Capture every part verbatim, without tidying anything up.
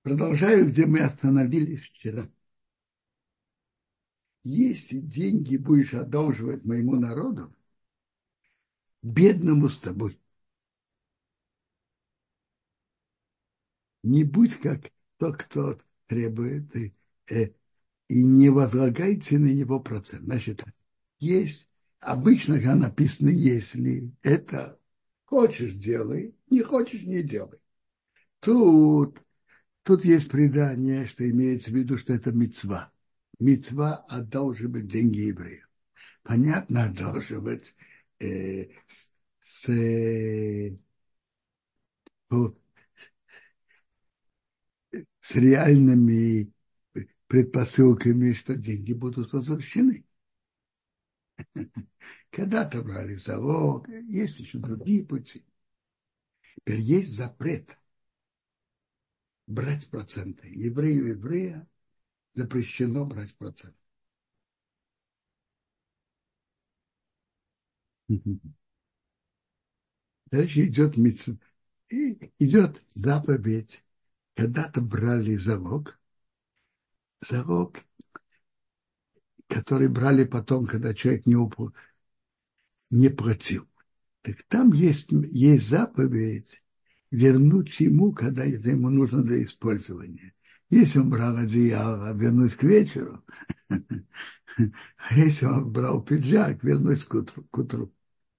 Продолжаю, где мы остановились вчера. Если деньги будешь одалживать моему народу, бедному с тобой, не будь как тот, кто требует, и, э, и не возлагайте на него процент. Значит, есть, обычно же написано, если это хочешь, делай, не хочешь, не делай. Тут, тут есть предание, что имеется в виду, что это мицва. Мицва одалживать деньги евреев. Понятно, одалживать э, с, с, э, по- с реальными предпосылками, что деньги будут возвращены. Когда-то брали залог, есть еще другие пути. Теперь есть запрет брать проценты. Еврею еврея запрещено брать проценты. Дальше идет митцва. И идет заповедь. Когда-то брали залог. Залог, который брали потом, когда человек не, упл- не платил. Так там есть, есть заповедь вернуть ему, когда это ему нужно для использования. Если он брал одеяло, вернуть к вечеру. А если он брал пиджак, вернуть к утру. К утру.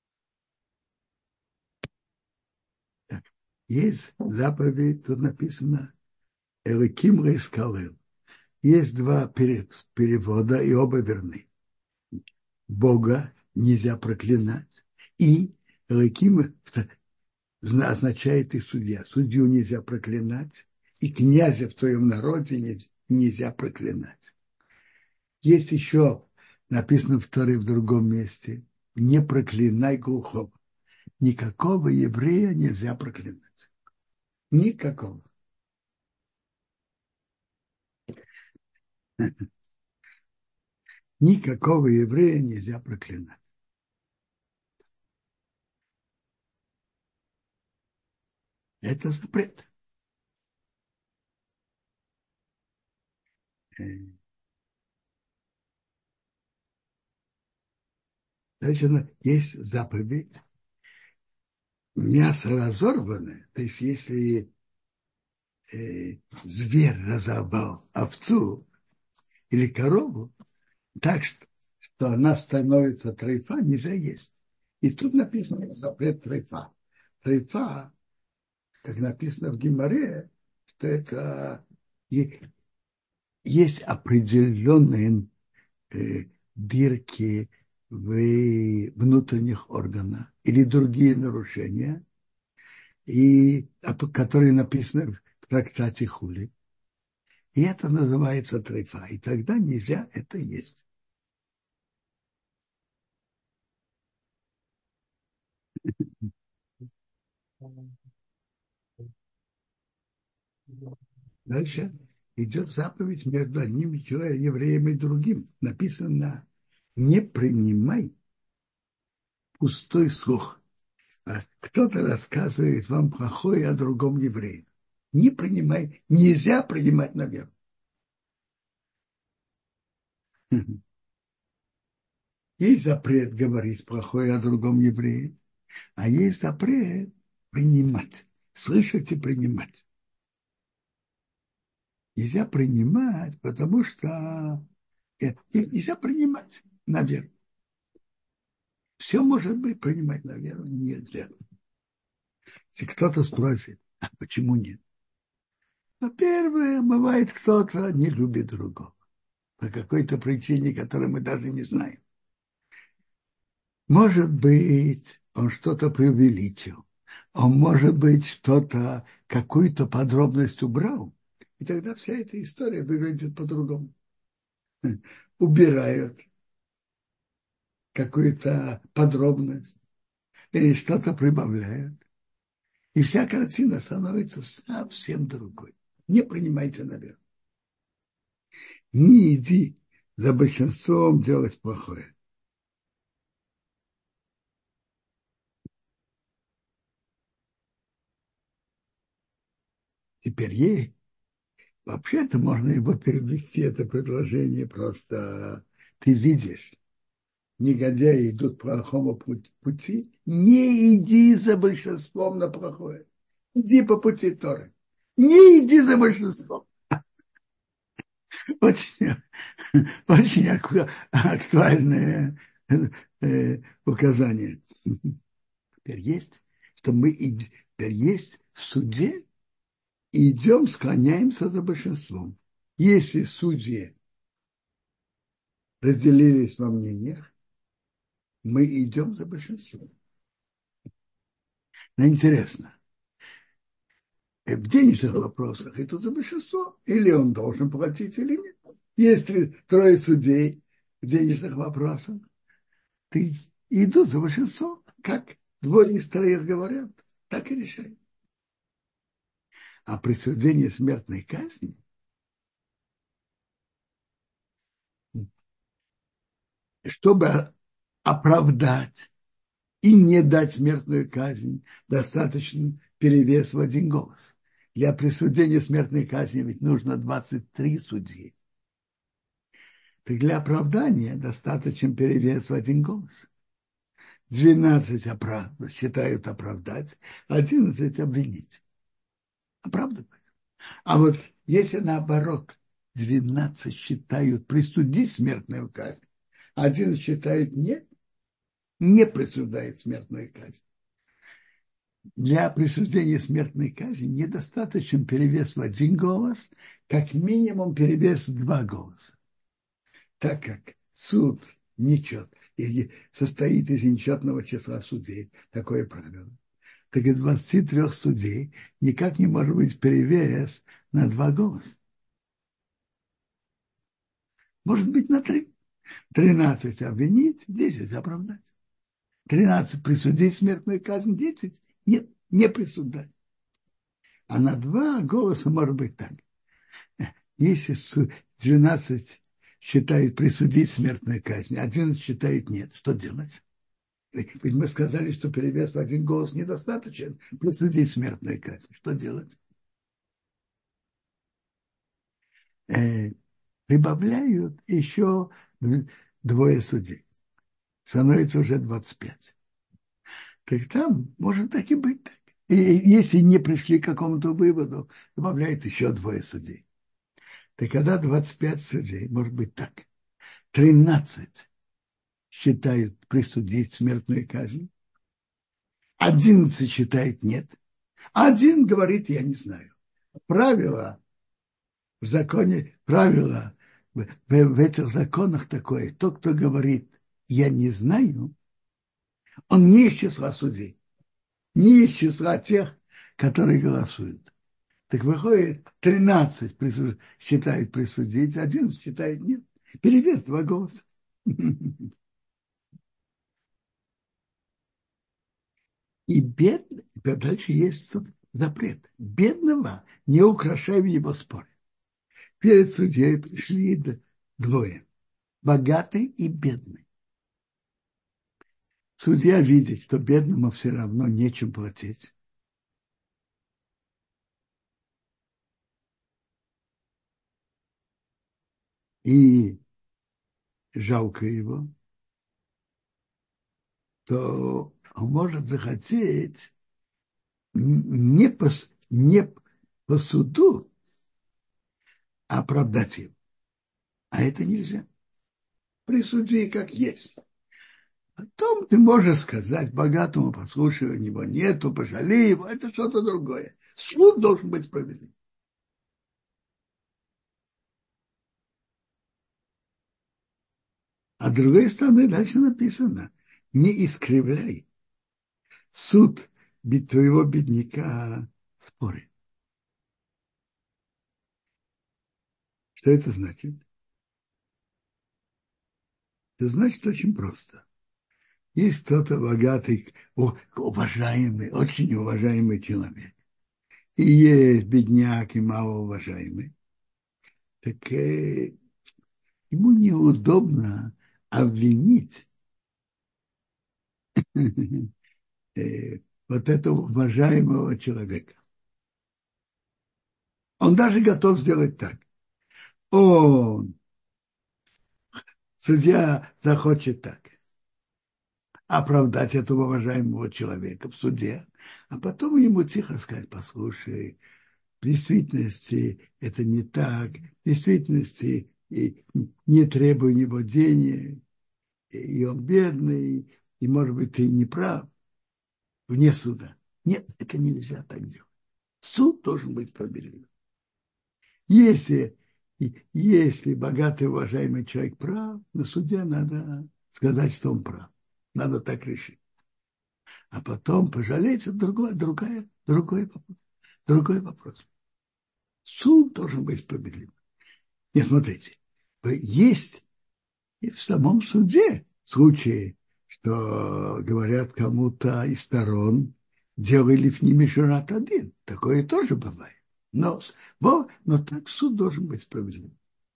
Так. Есть заповедь, тут написано Элаким Рейскалел. Есть два перевода, и оба верны. Бога нельзя проклинать. И Элаким означает и судья. Судью нельзя проклинать, и князя в твоем народе нельзя проклинать. Есть еще, написано в Торе в другом месте, не проклинай глухого. Никакого еврея нельзя проклинать. Никакого. Никакого еврея нельзя проклинать. Это запрет. Дальше есть заповедь. Мясо разорванное, то есть если э, зверь разорвал овцу или корову, так что, что она становится трейфа, нельзя есть. И тут написано запрет трейфа. Трейфа, как написано в Гимаре, что это есть определенные э, дырки в внутренних органах или другие нарушения, и, которые написаны в трактате Хули. И это называется трейфа. И тогда нельзя это есть. Дальше идет заповедь между одним евреем и другим. Написано: не принимай пустой слух. А кто-то рассказывает вам плохое о другом еврее. Не принимай, нельзя принимать на веру. Есть запрет говорить плохое о другом еврее, а есть запрет принимать, слышать и принимать. Нельзя принимать, потому что э, нельзя принимать на веру. Все может быть, принимать на веру нельзя. Если кто-то спросит, а почему нет? Во-первых, бывает, кто-то не любит другого по какой-то причине, которую мы даже не знаем. Может быть, он что-то преувеличил. Он, может быть, что-то, какую-то подробность убрал. И тогда вся эта история выглядит по-другому. Убирают какую-то подробность или что-то прибавляют. И вся картина становится совсем другой. Не принимайте на веру. Не иди за большинством делать плохое. Теперь есть, Вообще-то можно его перевести, это предложение просто ты видишь, негодяи идут по плохому пути, не иди за большинством на плохое. Иди по пути Торы. Не иди за большинством. Очень, очень актуальное э, указание. Теперь есть, что мы теперь есть в суде и идем, склоняемся за большинством. Если судьи разделились во мнениях, мы идем за большинством. Но интересно, в денежных вопросах идут за большинство, или он должен платить, или нет. Если трое судей в денежных вопросах, ты идут за большинство, как двое из троих говорят, так и решают. А присуждение смертной казни, чтобы оправдать и не дать смертную казнь, достаточно перевес в один голос. Для присуждения смертной казни ведь нужно двадцать три судьи. Так для оправдания достаточно перевес в один голос. двенадцать оправ... считают оправдать, одиннадцать обвинить. Оправдывают. А вот если наоборот, двенадцать считают присудить смертную казнь, а одиннадцать считают нет, не присуждает смертную казнь. Для присуждения смертной казни недостаточен перевес в один голос, как минимум перевес в два голоса. Так как суд нечет, или состоит из нечетного числа судей, такое правило, так из двадцати трёх судей никак не может быть перевес на два голоса. Может быть на три. Тринадцать обвинить, десять оправдать. Тринадцать присудить смертную казнь, десять нет, не присуждать. А на два голоса может быть так. Если двенадцать считают присудить смертную казнь, одиннадцать считают нет, что делать? Ведь мы сказали, что перевес в один голос недостаточен присудить смертную казнь. Что делать? Э, прибавляют еще двое судей. Становится уже двадцать пять. Так там может так и быть так. И если не пришли к какому-то выводу, добавляют еще двое судей. Так когда двадцать пять судей, может быть так. тринадцать считают присудить смертную казнь, одиннадцать считает нет, а один говорит, я не знаю. Правило в законе, правило в, в, в этих законах такое, тот, кто говорит, я не знаю, он не из числа судей, не из числа тех, которые голосуют. Так выходит, тринадцать присуж... считает присудить, одиннадцать считает нет. Перевес два голоса. И бедный, дальше есть тут запрет. Бедного не украшай в его споре. Перед судьей пришли двое. Богатый и бедный. Судья видит, что бедному все равно нечем платить. И жалко его, то он может захотеть не по, не по суду оправдать его. А это нельзя. Присуди как есть. Потом ты можешь сказать богатому, послушай, у него нету, пожалей его, это что-то другое. Суд должен быть справедлив. А с другой стороны, дальше написано, не искривляй суд твоего бедняка в Торе. Что это значит? Это значит очень просто. Есть кто-то богатый, уважаемый, очень уважаемый человек. И есть бедняк и малоуважаемый. Так э, ему неудобно обвинить э, вот этого уважаемого человека. Он даже готов сделать так. Он, судья, захочет так. Оправдать этого уважаемого человека в суде, а потом ему тихо сказать: послушай, в действительности это не так, в действительности и не требуй у него денег, и он бедный, и, может быть, ты не прав, вне суда. Нет, это нельзя так делать. Суд должен быть справедлив. Если, если богатый, уважаемый человек прав, на суде надо сказать, что он прав. Надо так решить. А потом пожалеть, это другой, другая, другой вопрос. Другой вопрос. Суд должен быть справедлив. Не смотрите, есть и в самом суде случаи, что говорят кому-то из сторон, делали в ними журат один. Такое тоже бывает. Но, но, но так суд должен быть справедлив.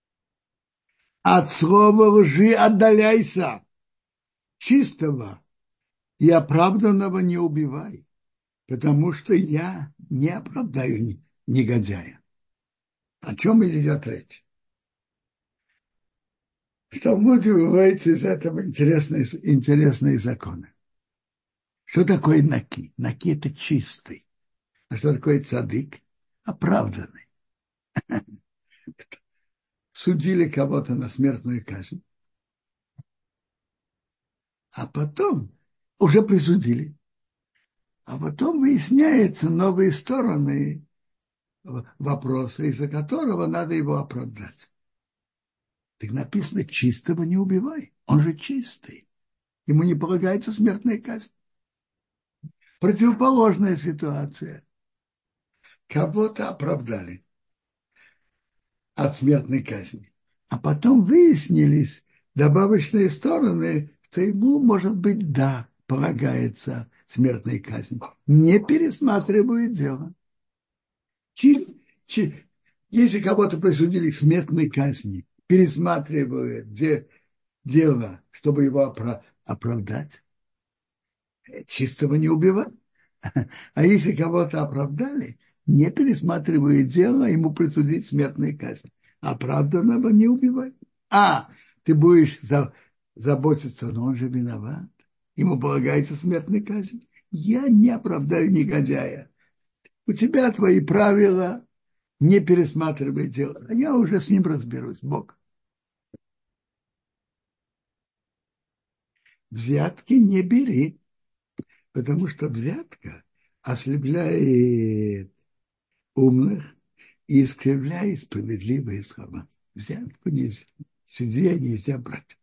От слова лжи отдаляйся. Чистого и оправданного не убивай, потому что я не оправдаю негодяя. О чем идет речь? В Талмуде выводятся из этого интересные, интересные законы. Что такое наки? Наки – это чистый. А что такое цадык? Оправданный. Судили кого-то на смертную казнь, а потом уже присудили. А потом выясняются новые стороны вопроса, из-за которого надо его оправдать. Так написано: чистого не убивай. Он же чистый. Ему не полагается смертная казнь. Противоположная ситуация. Кого-то оправдали от смертной казни. А потом выяснились добавочные стороны, что ему, может быть, да, полагается смертная казнь. Не пересматривают дело. Чи, чи, если кого-то присудили к смертной казни, пересматривают де, дело, чтобы его опра- оправдать, чистого не убивать. А если кого-то оправдали, не пересматривают дело, ему присудить смертную казнь. Оправданного не убивать. А, ты будешь за, заботиться, но он же виноват. Ему полагается смертная казнь. Я не оправдаю негодяя. У тебя твои правила, не пересматривай дело. А я уже с ним разберусь, Бог. Взятки не бери, потому что взятка ослепляет умных и искривляет справедливые слова. Взятку нельзя, судья нельзя брать.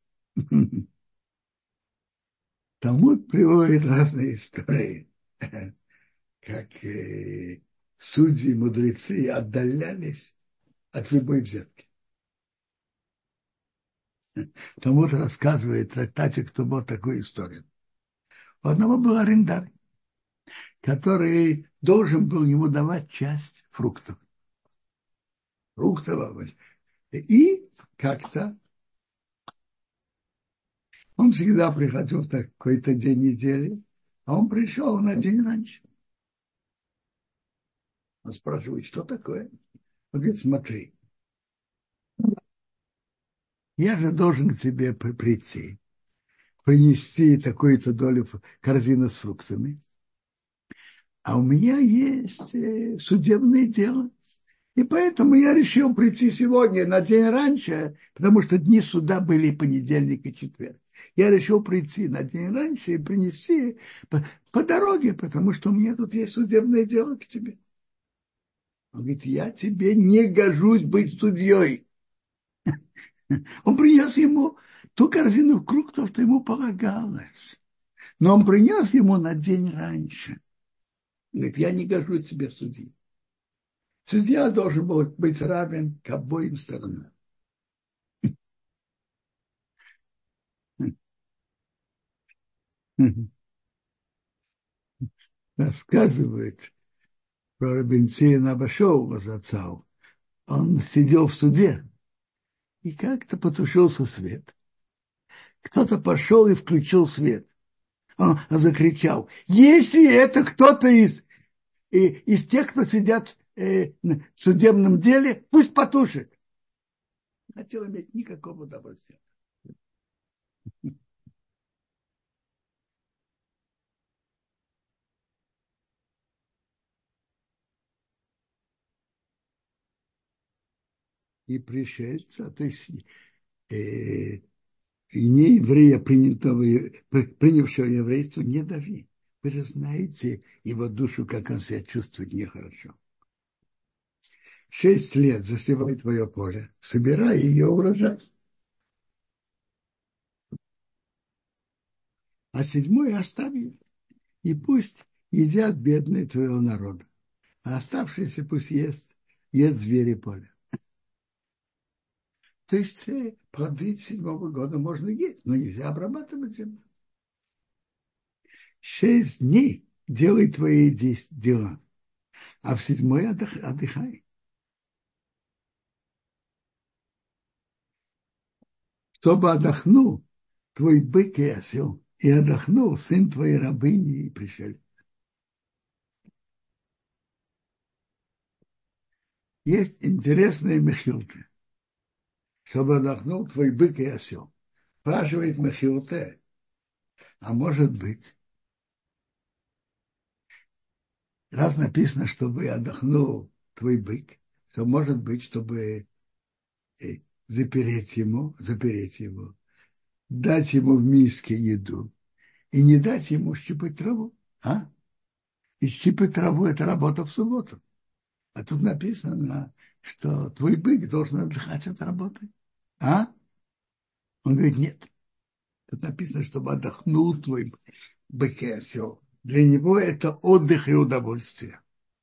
Талмуд приводит разные истории, как э, судьи, мудрецы отдалялись от любой взятки. Талмуд рассказывает в трактате «Кто такую историю». У одного был арендар, который должен был ему давать часть фруктов. Фруктов. И как-то он всегда приходил в такой-то день недели, а он пришел на день раньше. Он спрашивает: что такое? Он говорит: смотри, я же должен к тебе прийти, принести такую-то долю корзины с фруктами, а у меня есть судебное дело. И поэтому я решил прийти сегодня на день раньше, потому что дни суда были понедельник и четверг. Я решил прийти на день раньше и принести по, по дороге, потому что у меня тут есть судебное дело к тебе. Он говорит: я тебе не гожусь быть судьей. Он принес ему ту корзину фруктов, что ему полагалось. Но он принес ему на день раньше. Он говорит: я не гожусь тебе судьей. Судья должен был быть равен к обоим сторонам. Рассказывает про Рабин Цион Абашоу Вазацау. Он сидел в суде, и как-то потушился свет. Кто-то пошел и включил свет. Он закричал: если это кто-то из, из тех, кто сидят э, в судебном деле, пусть потушит. Не хотел иметь никакого удовольствия. И пришельца, то есть э, и не еврея, принятого, принявшего еврейство, не дави. Вы же знаете его душу, как он себя чувствует нехорошо. Шесть лет засевай твое поле, собирай ее урожай. А седьмой остави, и пусть едят бедные твоего народа. А оставшиеся пусть ест, ест звери поля. То есть все плоды седьмого года можно есть, но нельзя обрабатывать землю. Шесть дней делай твои дела, а в седьмой отдыхай. Чтобы отдохнул твой бык и осел, и отдохнул сын твоей рабыни и пришелец. Есть интересные мехилты, чтобы отдохнул твой бык и осел. Спрашивает мехилте, а может быть, раз написано, чтобы отдохнул твой бык, то может быть, чтобы э, запереть ему, запереть его, дать ему в миске еду и не дать ему щипать траву. А? И щипать траву – это работа в субботу. А тут написано, что твой бык должен отдыхать от работы. А? Он говорит, нет. Тут написано, чтобы отдохнул твой бык и осел. Для него это отдых и удовольствие.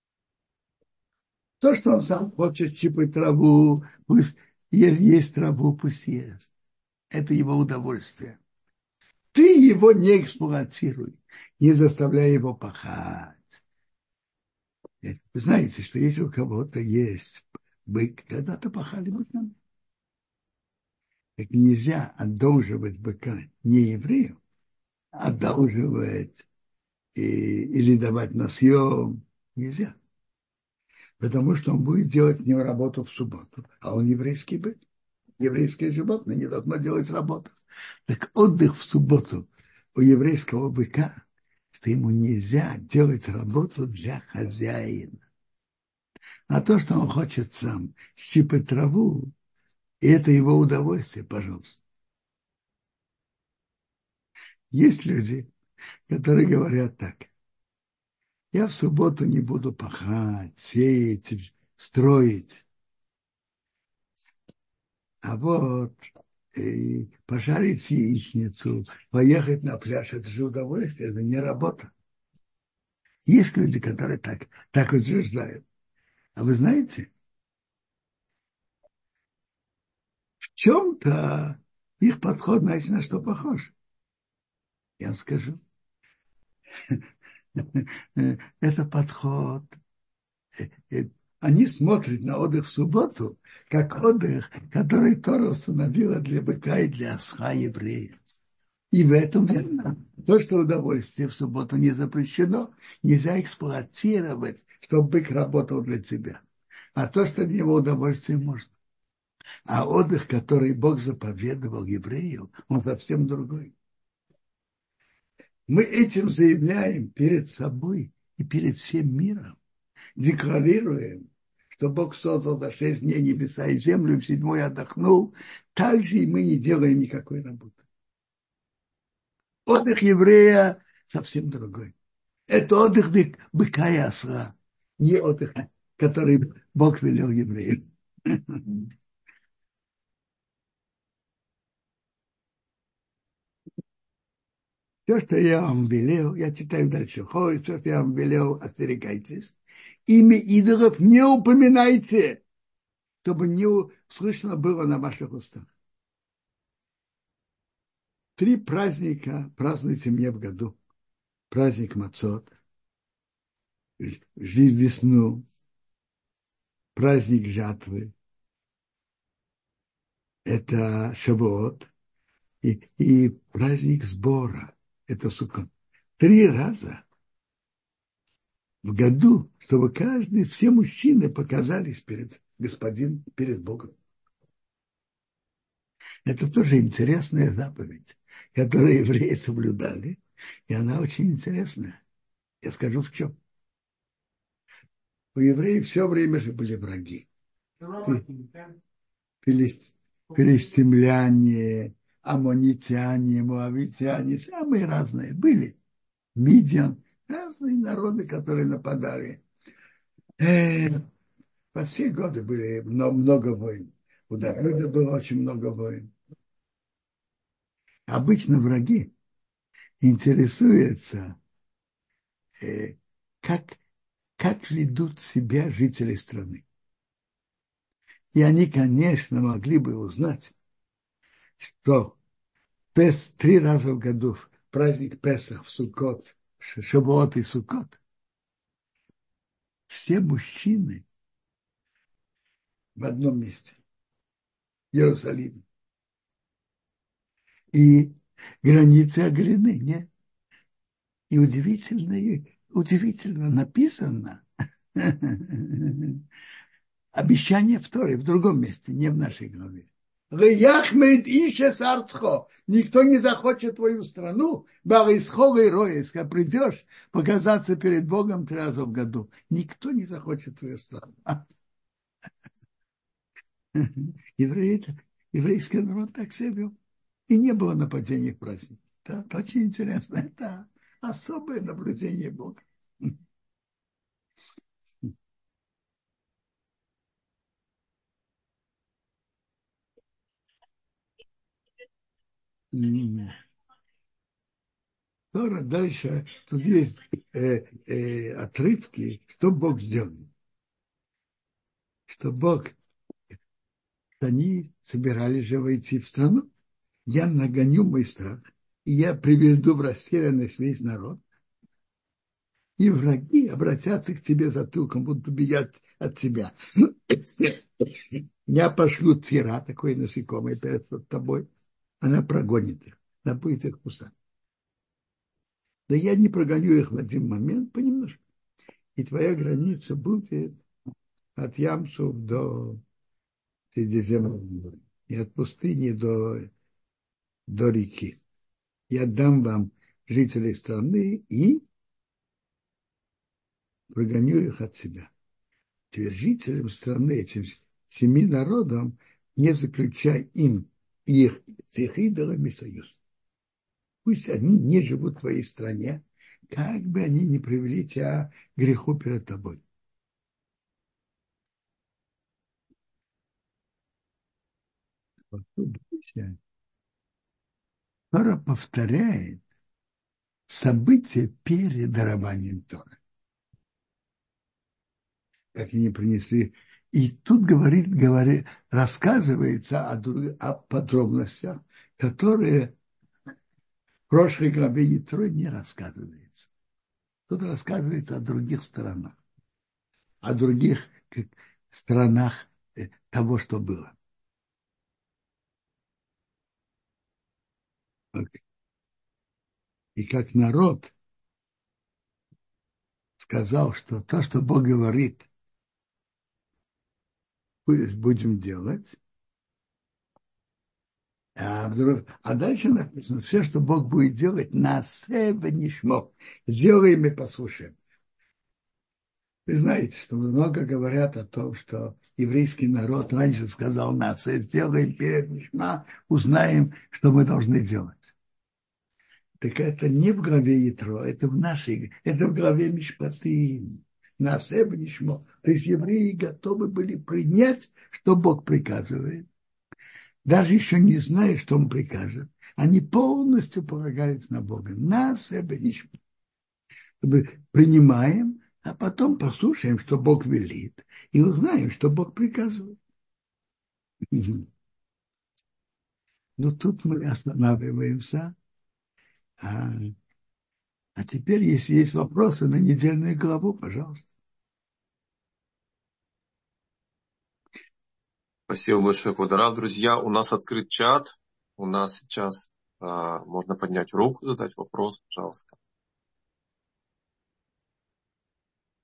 То, что он сам хочет щипать траву, пусть есть, есть траву, пусть ест. Это его удовольствие. Ты его не эксплуатируй, не заставляй его пахать. Вы знаете, что если у кого-то есть бык, когда-то пахали быками. Так нельзя одолживать быка не еврею, а одалживать и, или давать на съем. Нельзя. Потому что он будет делать с ним работу в субботу. А он еврейский бык. Еврейское животное не должно делать работу. Так отдых в субботу у еврейского быка, что ему нельзя делать работу для хозяина. А то, что он хочет сам щипать траву, и это его удовольствие, пожалуйста. Есть люди, которые говорят так: я в субботу не буду пахать, сеять, строить. А вот и пожарить яичницу, поехать на пляж – это же удовольствие, это не работа. Есть люди, которые так, так утверждают. А вы знаете, в чем-то их подход, знаете, на что похож? Я вам скажу. Это подход. Они смотрят на отдых в субботу, как отдых, который Тора установила для быка и для осла евреев. И в этом верно. То, что удовольствие в субботу не запрещено, нельзя эксплуатировать, чтобы бык работал для тебя. А то, что для него удовольствие можно. А отдых, который Бог заповедовал еврею, он совсем другой. Мы этим заявляем перед собой и перед всем миром. Декларируем, что Бог создал за шесть дней небеса и землю, и в седьмой отдохнул. Так же и мы не делаем никакой работы. Отдых еврея совсем другой. Это отдых быка и осла, не отдых, который Бог велел евреям. Все, что я вам велел, я читаю дальше. Хой, все, что я вам велел, остерегайтесь. Имя идолов не упоминайте, чтобы не слышно было на ваших устах. Три праздника празднуйте мне в году. Праздник Мацот, весну, праздник жатвы, это Шавуот, и, и праздник сбора, это Суккот. Три раза в году, чтобы каждый, все мужчины показались перед господином, перед Богом. Это тоже интересная заповедь, которую евреи соблюдали, и она очень интересная. Я скажу в чем. У евреев все время же были враги. Филист, филистимляне, аммонитяне, моавитяне, самые разные были. Мидиан, разные народы, которые нападали. Э, во все годы были много, много войн. У Давида было очень много войн. Обычно враги интересуются, э, как, как ведут себя жители страны. И они, конечно, могли бы узнать, что Пес три раза в году, праздник Песах, в Суккот, Шавуот и Суккот, все мужчины в одном месте, в Иерусалиме. И границы оголены, нет? И удивительно, удивительно написано обещание в Торе, в другом месте, не в нашей главе. Никто не захочет твою страну, когда придешь показаться перед Богом три раза в году. Никто не захочет твою страну. Евреи, еврейский народ так себя вел. И не было нападений в праздник. Это очень интересно. Это особое наблюдение Бога. Тора дальше, тут есть э, э, отрывки, что Бог сделал. Что Бог, они собирались же войти в страну. Я нагоню мой страх, и я приведу в растерянность весь народ. И враги обратятся к тебе затылком, будут убегать от тебя. Я пошлю тира, такой насекомый, перед тобой. Она прогонит их, она будет их кусать. Да я не прогоню их в один момент, понемножку. И твоя граница будет от Ямсов до Средиземного, и от пустыни до, до реки. Я дам вам жителей страны и прогоню их от себя. Теперь жителям страны, этим семи народам, не заключай им и их, с их идолами союз. Пусть они не живут в твоей стране, как бы они ни привели тебя к греху перед тобой. Тора повторяет события перед дарованием Торы. Как они принесли. И тут говорит, говорит, рассказывается о, о подробностях, которые в прошлой главе Ятро не рассказывается. Тут рассказывается о других сторонах, о других как, сторонах того, что было. И как народ сказал, что то, что Бог говорит, будем делать. А, вдруг, а дальше написано, все, что Бог будет делать, на себе не шмо. Сделаем и послушаем. Вы знаете, что много говорят о том, что еврейский народ раньше сказал нации, сделаем перед Мишма, узнаем, что мы должны делать. Так это не в главе Ятро, это в нашей, это в главе Мишпатим. На себе не шмо. То есть евреи готовы были принять, что Бог приказывает. Даже еще не зная, что он прикажет. Они полностью полагались на Бога. На себя не шмо. Принимаем, а потом послушаем, что Бог велит, и узнаем, что Бог приказывает. Но тут мы останавливаемся. А, а теперь, если есть вопросы на недельную главу, пожалуйста. Спасибо большое, Квадрат. Друзья, у нас открыт чат. У нас сейчас а, можно поднять руку, задать вопрос, пожалуйста.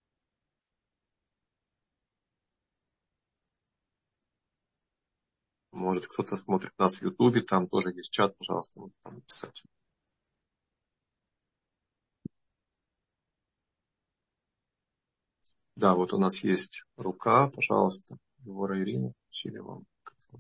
Может, кто-то смотрит нас в Ютубе, там тоже есть чат, пожалуйста, можете там написать. Да, вот у нас есть рука, пожалуйста. Егора Ирина, включили вам микрофон.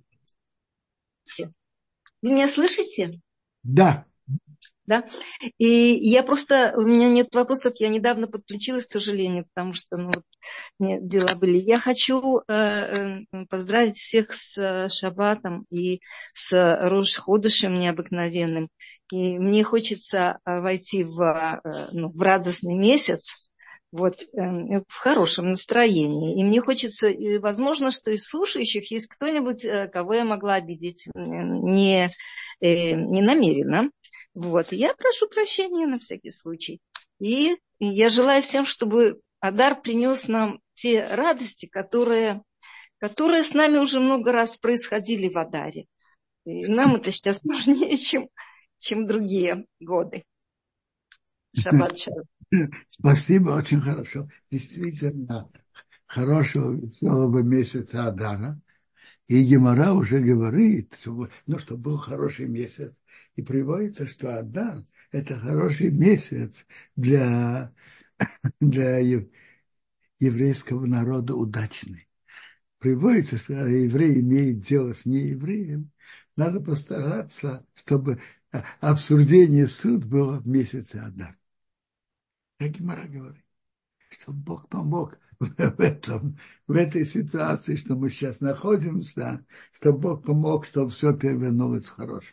Вы меня слышите? Да. Да. И я просто, у меня нет вопросов, я недавно подключилась, к сожалению, потому что ну, вот, мне дела были. Я хочу э, э, поздравить всех с э, Шаббатом и с Рош Ходышем необыкновенным. И мне хочется э, войти в, э, ну, в радостный месяц, вот, э, в хорошем настроении. И мне хочется, и возможно, что из слушающих есть кто-нибудь, э, кого я могла обидеть э, не, э, не намеренно. Вот. Я прошу прощения на всякий случай. И я желаю всем, чтобы Адар принес нам те радости, которые, которые с нами уже много раз происходили в Адаре. И нам это сейчас нужнее, чем, чем другие годы. Шаббат шалом. Спасибо, очень хорошо. Действительно, хорошего, веселого месяца Адара. И Гемара уже говорит, что, ну, что был хороший месяц. И приводится, что Адар – это хороший месяц для, для ев, еврейского народа удачный. Приводится, что еврей имеет дело с неевреем. Надо постараться, чтобы обсуждение суд было в месяце Адар. Так Гемара говорит, что Бог помог в этом, в этой ситуации, что мы сейчас находимся, что Бог помог, чтобы все перевернулось в хорошем.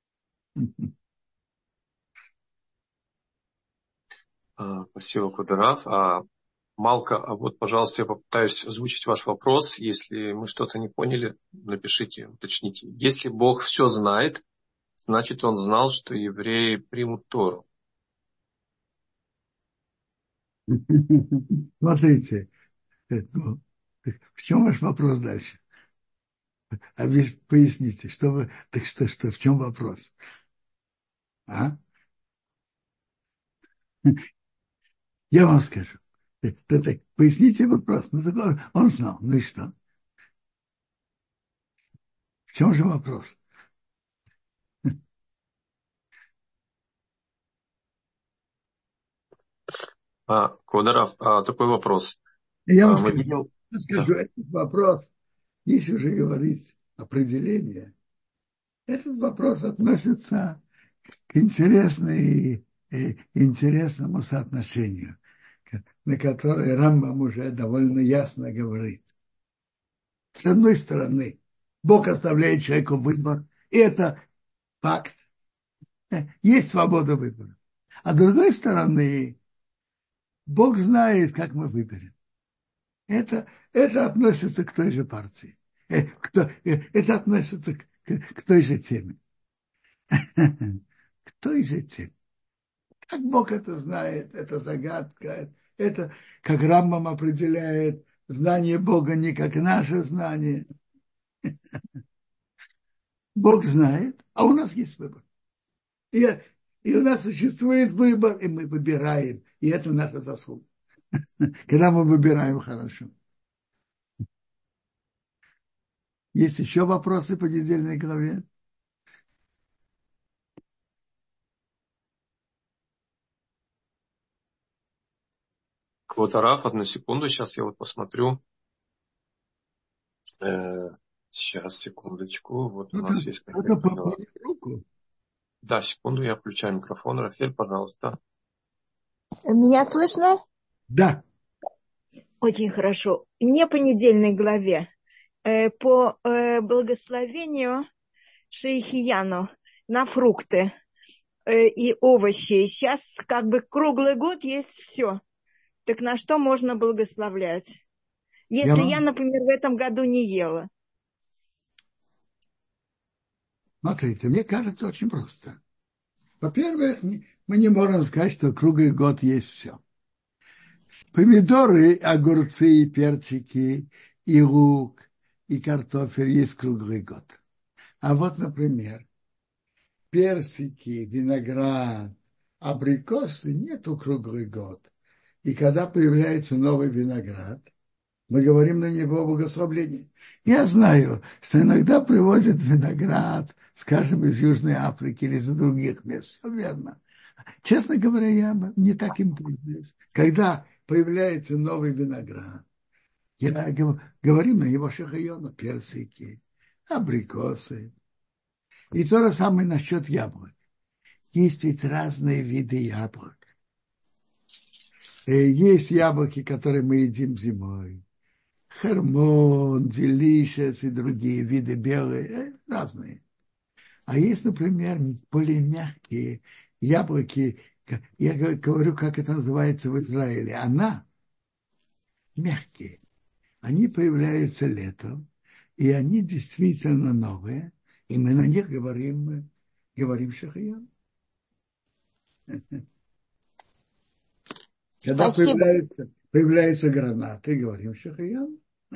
Спасибо, Кударав. А, Малка, а вот, пожалуйста, я попытаюсь озвучить ваш вопрос. Если мы что-то не поняли, напишите, уточните. Если Бог все знает, значит, Он знал, что евреи примут Тору. Смотрите, ну, в чем ваш вопрос дальше? А вы поясните, что вы, так что, что, в чем вопрос? А? Я вам скажу. Так, так, поясните вопрос. Ну, такой, он знал. Ну и что? В чем же вопрос? А, Кударав, а, такой вопрос. Я вам А, мы скажу, видим... я скажу Да. этот вопрос, если уже говорить определение, этот вопрос относится к интересной, э, интересному соотношению, на которое Рамбам уже довольно ясно говорит. С одной стороны, Бог оставляет человеку выбор, и это факт. Есть свобода выбора. А с другой стороны, Бог знает, как мы выберем. Это, это относится к той же партии. Э, к то, э, это относится к, к, к той же теме. К той же теме. Как Бог это знает, это загадка. Это, как Рамбам определяет, знание Бога не как наше знание. Бог знает, а у нас есть выбор. И, и у нас существует выбор, и мы выбираем. И это наша заслуга. Когда мы выбираем хорошо. Есть еще вопросы по недельной главе? Квотараф, одну секунду, сейчас я вот посмотрю. Э, сейчас, секундочку. Вот у Кто-то, нас есть кто-то какая-то глава. поднял руку. Да, секунду, я включаю микрофон. Рафель, пожалуйста. Меня слышно? Да. Очень хорошо. Не по недельной главе. Э, по э, благословению Шейхияну на фрукты э, и овощи. Сейчас как бы круглый год есть все. Так на что можно благословлять? Если Я я, вам... например, в этом году не ела. Смотрите, мне кажется, очень просто. Во-первых, мы не можем сказать, что круглый год есть все. Помидоры, огурцы, перчики, и лук, и картофель есть круглый год. А вот, например, персики, виноград, абрикосы нету круглый год. И когда появляется новый виноград, мы говорим на него благословление. Я знаю, что иногда привозят виноград, скажем, из Южной Африки или из других мест. Все верно. Честно говоря, я не так им пользуюсь. Когда появляется новый виноград, я говорю на его шахайону, персики, абрикосы. И то же самое насчет яблок. Есть ведь разные виды яблок. Есть яблоки, которые мы едим зимой. Хермон, делишес и другие виды белые, разные. А есть, например, более мягкие яблоки. Я говорю, как это называется в Израиле. Она мягкие. Они появляются летом, и они действительно новые. И мы на них говорим, говорим шахаян. Когда появляются, появляются гранаты, говорим шахаян.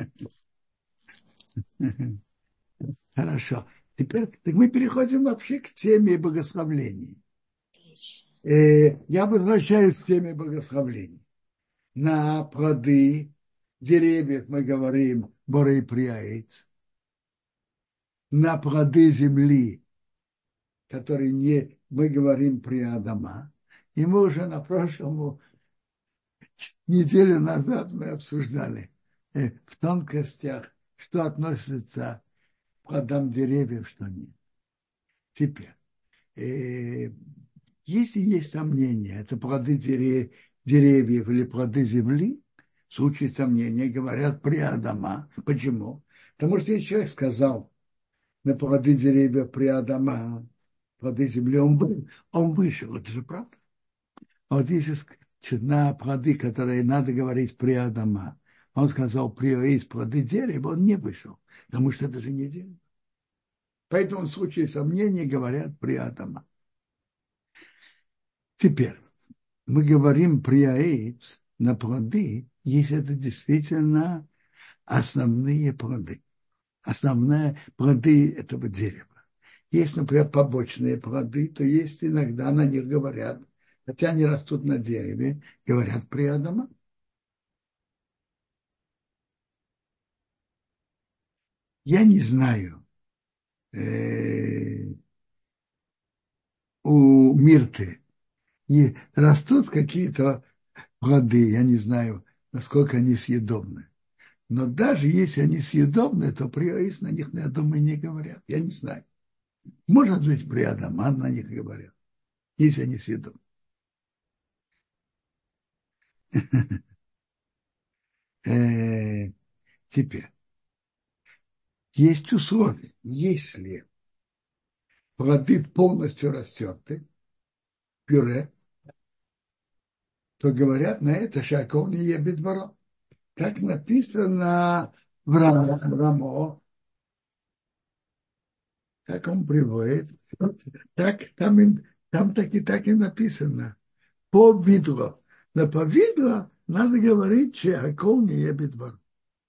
Хорошо. Теперь так мы переходим вообще к теме богословлений. Э, я возвращаюсь к теме богословлений. На плоды деревьев мы говорим борей приаец. На плоды земли, которые не, мы говорим приадама. И мы уже на прошлом неделю назад мы обсуждали э, в тонкостях, что относится к плодам деревьев, что нет. Теперь, э, если есть сомнения, это плоды дерев, деревьев или плоды земли, в случае сомнения говорят при Адама. Почему? Потому что если человек сказал на плоды деревьев при Адама, плоды земли, он, был, он вышел. Это же правда. А вот если на плоды, которые надо говорить при Адама, он сказал при из плоды дерева, он не вышел, потому что это же не дерево. Поэтому в случае сомнений говорят при Адама. Теперь мы говорим при аэйц на плоды, если это действительно основные плоды. Основные плоды этого дерева. Есть, например, побочные плоды, то есть иногда на них говорят, хотя они растут на дереве, говорят при Адама. Я не знаю, э, у Мирты и растут какие-то плоды, я не знаю, насколько они съедобны. Но даже если они съедобны, то приоис на них, я думаю, не говорят. Я не знаю. Может быть, при Адама на них говорят, если они съедобны. Теперь, есть условия. Если плоды полностью растерты, пюре, то говорят на это шаков не ебет ворон. Так написано в Рамо, в Рамо, как он приводит, так, там, им, там так и так и написано. По виду. Но по виду надо говорить, что Яков не ебет ворон.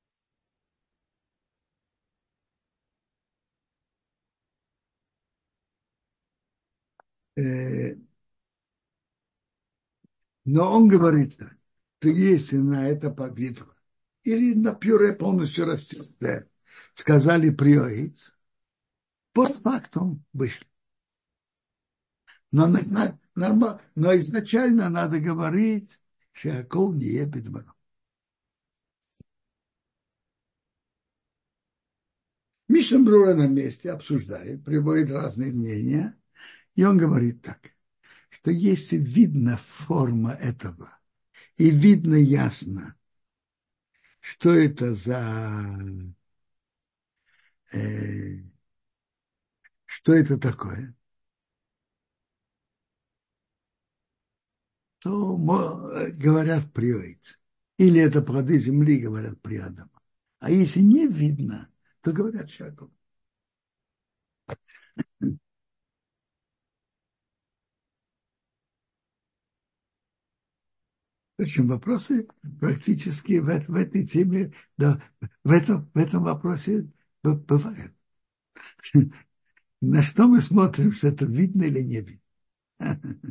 Но он говорит так, что если на это по виду, или на пюре полностью растет, сказали приоиц, постфактум вышли. Но, на, на, но изначально надо говорить, что Яков не ебет ворон. Мишна Брура на месте обсуждает, приводит разные мнения, и он говорит так, что если видно форма этого, и видно ясно, что это за, э, что это такое, то говорят приоиц. Или это плоды земли, говорят при Адама. А если не видно, то говорят Шаков. В общем, вопросы практически в, в этой теме, да, в этом, в этом вопросе бывают. На что мы смотрим, что это видно или не видно?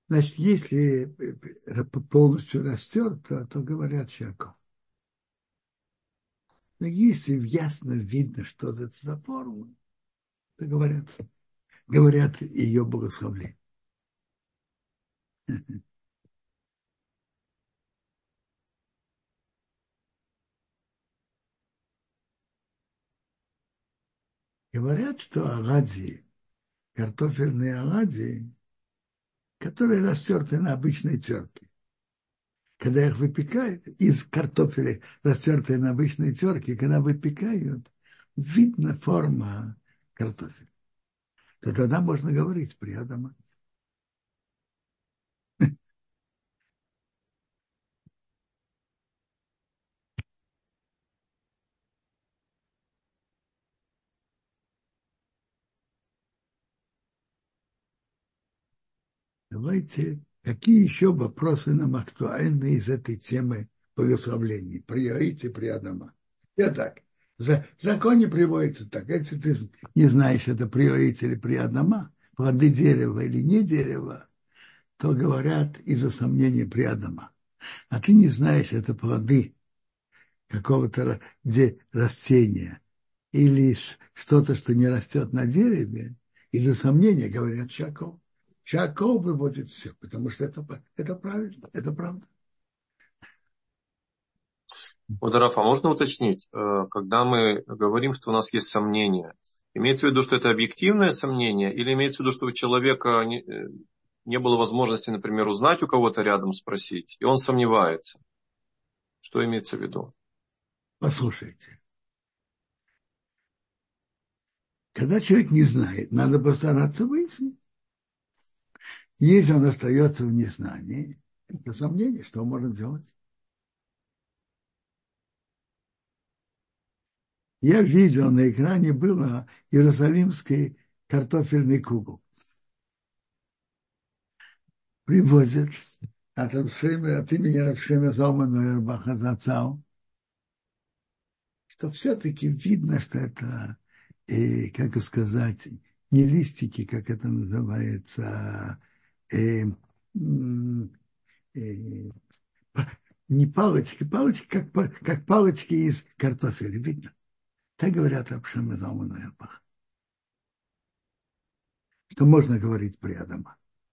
Значит, если полностью растерто, то говорят шаков. Но если ясно видно, что это за форма, то говорят, говорят ее благословление. Говорят, что оладьи, картофельные оладьи, которые растерты на обычной терке, когда их выпекают из картофеля, растертые на обычной терке, когда выпекают, видно форма картофеля. То тогда можно говорить при Адама. Давайте, какие еще вопросы нам актуальны из этой темы благословлений? При Аите, при Адама. Я так. В законе приводится так. Если ты не знаешь, это при Аите или при Адама, плоды дерева или не дерева, то говорят из-за сомнения при Адама. А ты не знаешь, это плоды какого-то растения или что-то, что не растет на дереве, из-за сомнения говорят Шаков. Шаков выводит все, потому что это, это правильно, это правда. Вот, Раф, а можно уточнить, когда мы говорим, что у нас есть сомнения, имеется в виду, что это объективное сомнение, или имеется в виду, что у человека не, не было возможности, например, узнать у кого-то рядом, спросить, и он сомневается? Что имеется в виду? Послушайте. Когда человек не знает, надо постараться выяснить. Если он остается в незнании, это сомнение, что он может делать? Я видел на экране было иерусалимский картофельный кугол. Привозят от, Равшема, от имени Равшема Залмана Эрбаха Зацау, что все-таки видно, что это, э, как сказать, не листики, как это называется, э, э, не палочки, палочки, как, как палочки из картофеля, видно. Так говорят Равшема Залмана Эрбаха. Что можно говорить при Адама.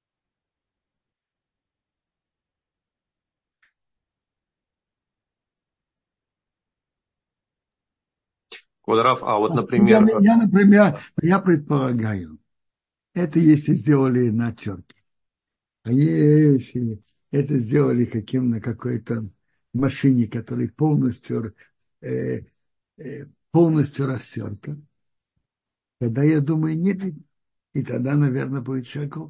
Квадраф, а вот, например... Я, я, например, я предполагаю, это если сделали на терке. А если это сделали каким на какой-то машине, которая полностью, э, э, полностью растерта, тогда, я думаю, не видно. И тогда, наверное, будет шаков.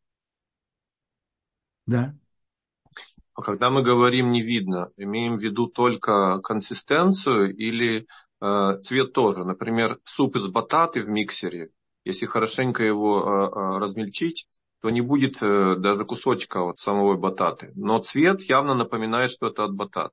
Да. А когда мы говорим не видно, имеем в виду только консистенцию или э, цвет тоже? Например, суп из бататы в миксере, если хорошенько его э, э, размельчить, то не будет э, даже кусочка от самой бататы. Но цвет явно напоминает, что это от батат.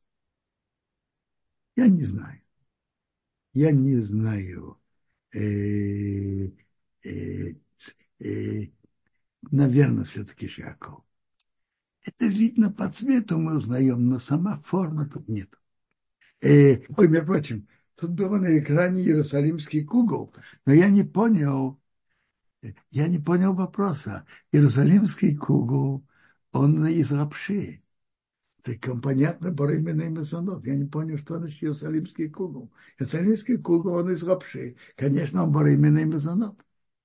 Я не знаю. Я не знаю. Э, э, э, наверное, все-таки шаков. Это видно по цвету, мы узнаем, но сама форма тут нет. Э, ой, между прочим, тут было на экране иерусалимский кугол, но я не понял, я не понял вопроса. Иерусалимский кугол, он из лапши. Так он, понятно, барымина и мезонот. Я не понял, что значит иерусалимский кугол. Иерусалимский кугол, он из лапши. Конечно, он барымина и мезонот.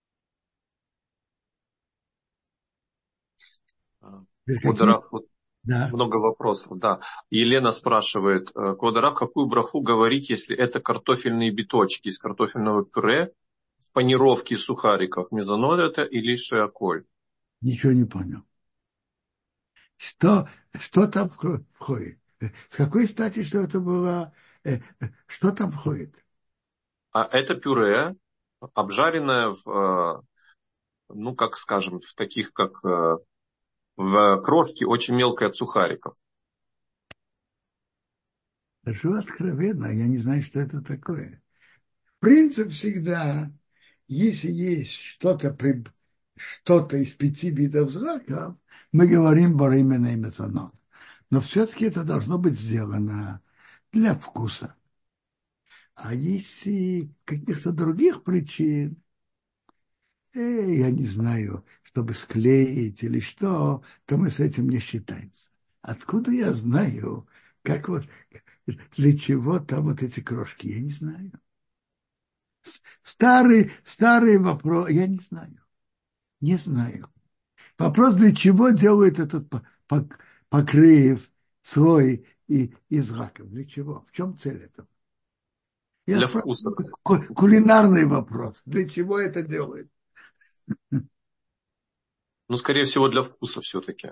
Квадраф, да. Много вопросов, да. Елена спрашивает, Квадраф, какую браху говорить, если это картофельные биточки из картофельного пюре в панировке сухариков? Мезонот это или шеаколь? Ничего не понял. Что, что там входит? С какой стати, что это было? Что там входит? А это пюре, обжаренное в, ну, как скажем, в таких, как в крошке, очень мелкое от сухариков. Скажу откровенно, я не знаю, что это такое. Принцип всегда, если есть что-то при, что-то из пяти видов зраков, мы говорим «Боремена и мезонот». Но все-таки это должно быть сделано для вкуса. А если каких-то других причин, э, я не знаю, чтобы склеить или что, то мы с этим не считаемся. Откуда я знаю, как вот, для чего там вот эти крошки? Я не знаю. Старый, старый вопрос, я не знаю. Не знаю. Вопрос, для чего делают этот покрыв, слой из раков? Для чего? В чем цель этого? Я Для спрашиваю, вкуса. кулинарный вопрос. Для чего это делают? Ну, скорее всего, для вкуса все-таки.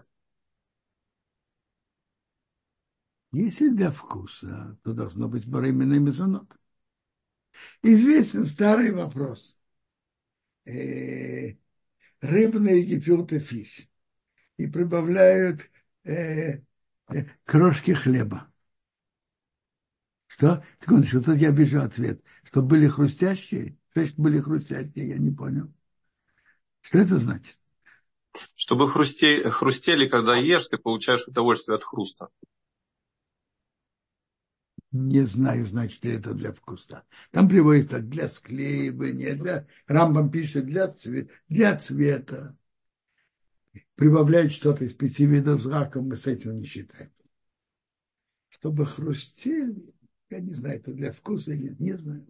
Если для вкуса, то должно быть барыменный мезонот. Известен старый вопрос. Э, рыбные гефилте фиш. И прибавляют э, э, крошки хлеба. Что? Секундочку, тут я вижу ответ. Что были хрустящие? Что были хрустящие? Я не понял. Что это значит? Чтобы хрусте... хрустели, когда ешь, ты получаешь удовольствие от хруста. Не знаю, значит ли это для вкуса. Там приводится для склеивания, для... Рамбам пишет для, цве... для цвета. Прибавляют что-то из пяти видов зраков, мы с этим не считаем. Чтобы хрустели, я не знаю, это для вкуса или нет, не знаю.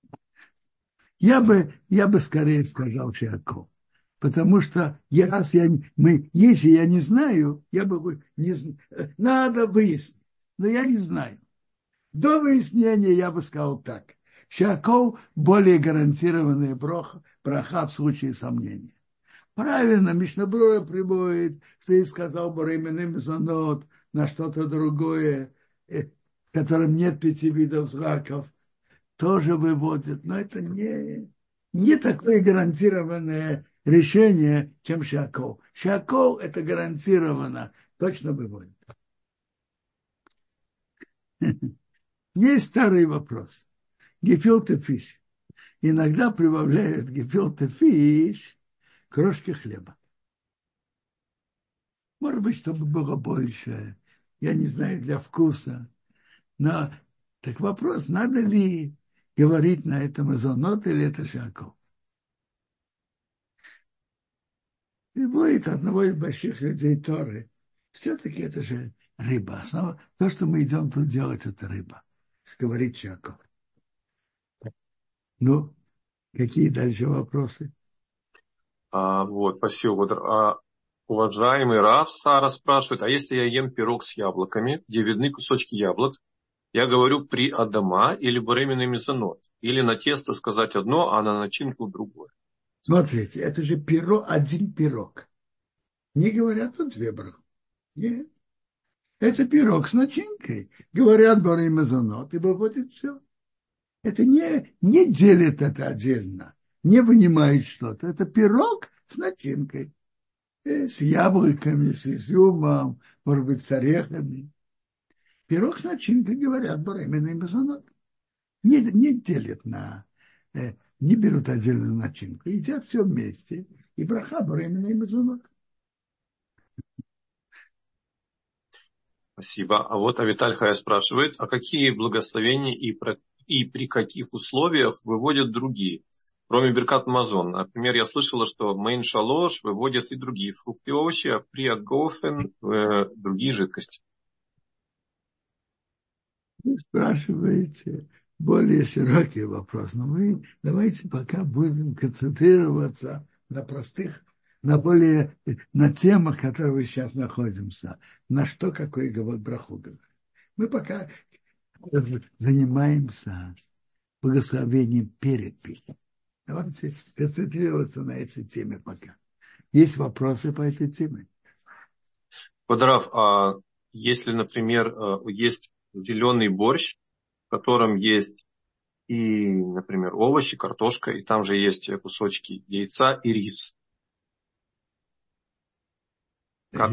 Я бы, я бы скорее сказал Шиаков. Потому что я, раз я, мы, если я не знаю, я бы не надо выяснить. Но я не знаю. До выяснения я бы сказал так. Шиаков более гарантированная броха, браха в случае сомнения. Правильно, Мишнабрура приводит, что и сказал Боремена мезонот на что-то другое, в котором нет пяти видов зраков, тоже выводит. Но это не, не такое гарантированное решение, чем Шиаков. Шиаков это гарантированно точно выводит. Есть старый вопрос. Гефилте фиш. Иногда прибавляют гефилте фиш крошки хлеба. Может быть, чтобы было больше. Я не знаю, для вкуса. Но так вопрос, надо ли говорить на этом мезонот или это Шиаков? Приводит одного из больших людей Торы. Все-таки это же рыба. Основа, то, что мы идем тут делать, это рыба. Говорит Шиаков. Ну, какие дальше вопросы? А, вот, спасибо. А, уважаемый Рав Сара спрашивает, а если я ем пирог с яблоками, где видны кусочки яблок, я говорю при адама или боремена мезонот? Или на тесто сказать одно, а на начинку другое? Смотрите, это же пирог, один пирог. Не говорят тут две браху. Нет. Это пирог с начинкой. Говорят боремена мезонот, и выводит все. Это не, не делит это отдельно, не вынимает что-то. Это пирог с начинкой, с яблоками, с изюмом, может быть, с орехами. Пирог с начинкой, говорят, боремена мезонот. Не, не делят на, не берут отдельно начинку, едят все вместе. И браха боремена мезонот. Спасибо. А вот Авиталь Хая спрашивает, а какие благословения и, про, и при каких условиях выводят другие, кроме Беркат Мазон? Например, я слышала, что Мейн Шалош выводят и другие фрукты и овощи, а при Агофен э, другие жидкости. Вы спрашиваете более широкий вопрос, но мы давайте пока будем концентрироваться на простых, на более, на темах, в которых мы сейчас находимся, на что какой браху говорит. Мы пока занимаемся благословением перед пищей. Давайте концентрироваться на этой теме пока. Есть вопросы по этой теме? Подрав, а если, например, есть зеленый борщ, в котором есть и, например, овощи, картошка, и там же есть кусочки яйца и рис. Как?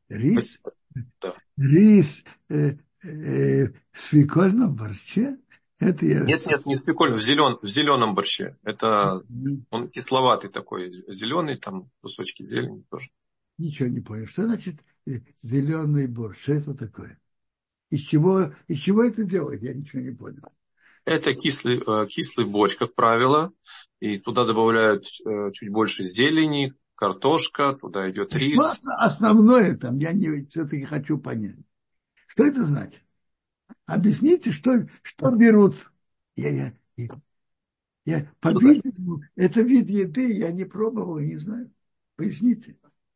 Рис? Да. Рис э, э, в свекольном борще? Это я... Нет, нет, не свекольный, в, зелен, в зеленом борще. Это он кисловатый такой, зеленый, там кусочки зелени тоже. Ничего не понял. Что значит зеленый борщ? Что это такое? Из чего, из чего это делать? Я ничего не понял. Это кислый, кислый борщ, как правило. И туда добавляют чуть больше зелени, картошка, туда идет рис. Что основное там? Я не, все-таки хочу понять. Что это значит? Объясните, что, что берут. Я, я, я, я по-видимому, это вид еды, я не пробовал, не знаю. Поясните.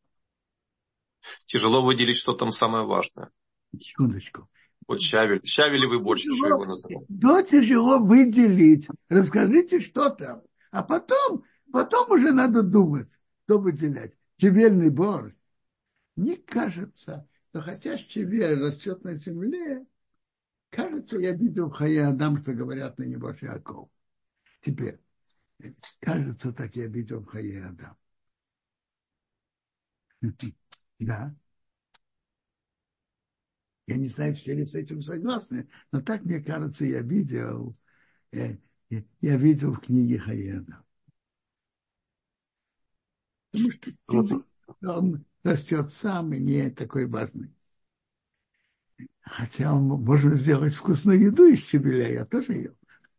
Тяжело выделить, что там самое важное. Секундочку. Вот щавель. Щавелевый борщ еще его называют. Да, тяжело выделить. Расскажите, что там. А потом, потом уже надо думать, что выделять. Щавельный борщ. Мне кажется, что хотя щавель растет на земле, кажется, я видел в Хае Адам, что говорят на него Яков. Теперь, кажется, так я видел в Хае Адам. Да. Я не знаю, все ли с этим согласны, но так, мне кажется, я видел, я, я видел в книге Хае Адам. Потому что он растет сам и не такой важный. Хотя он, можно сделать вкусную еду из щавеля, я тоже ел.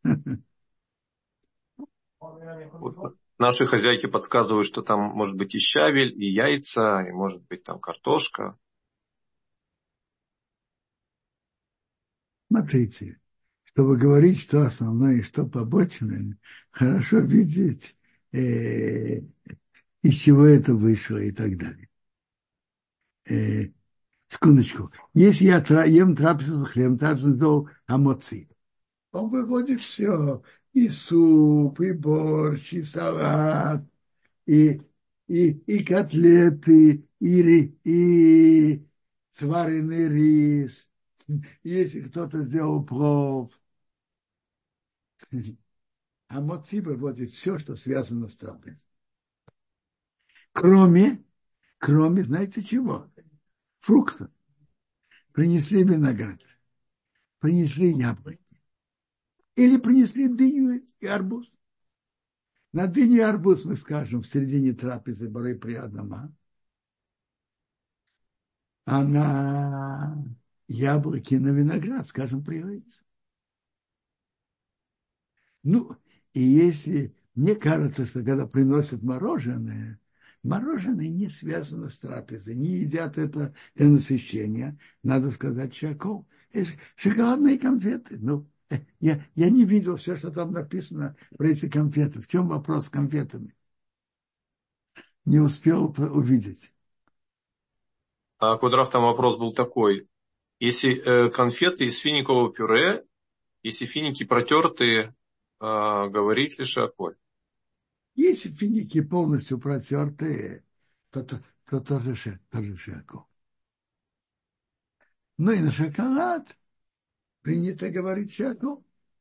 Вот наши хозяйки подсказывают, что там может быть и щавель, и яйца, и может быть там картошка. Смотрите, чтобы говорить, что основное и что побочное, хорошо видеть, э, из чего это вышло и так далее. Э, секундочку. Если я тра- ем трапезу хлеб, трапезу амоци, он выводит все. И суп, и борщ, и салат, и, и, и котлеты, и, ри- и сваренный рис. Если кто-то сделал плов. А моци выводит все, что связано с трапезой. Кроме, кроме, знаете чего? Фруктов. Принесли виноград. Принесли яблоки. Или принесли дыню и арбуз. На дыню и арбуз мы скажем в середине трапезы Борей Приадама. А на яблоки, на виноград скажем приоится. Ну, и если мне кажется, что когда приносят мороженое, мороженое не связано с трапезой, не едят это для насыщения, надо сказать чаков. Шоколадные конфеты. Ну, я, я не видел все, что там написано про эти конфеты. В чем вопрос с конфетами? Не успел увидеть. А Кудрав, там вопрос был такой. Если э, конфеты из финикового пюре, если финики протертые, э, говорит ли шаколь? Если финики полностью протертые, то, то, то тоже, тоже шаколь. Ну и на шоколад принято говорить шаколь.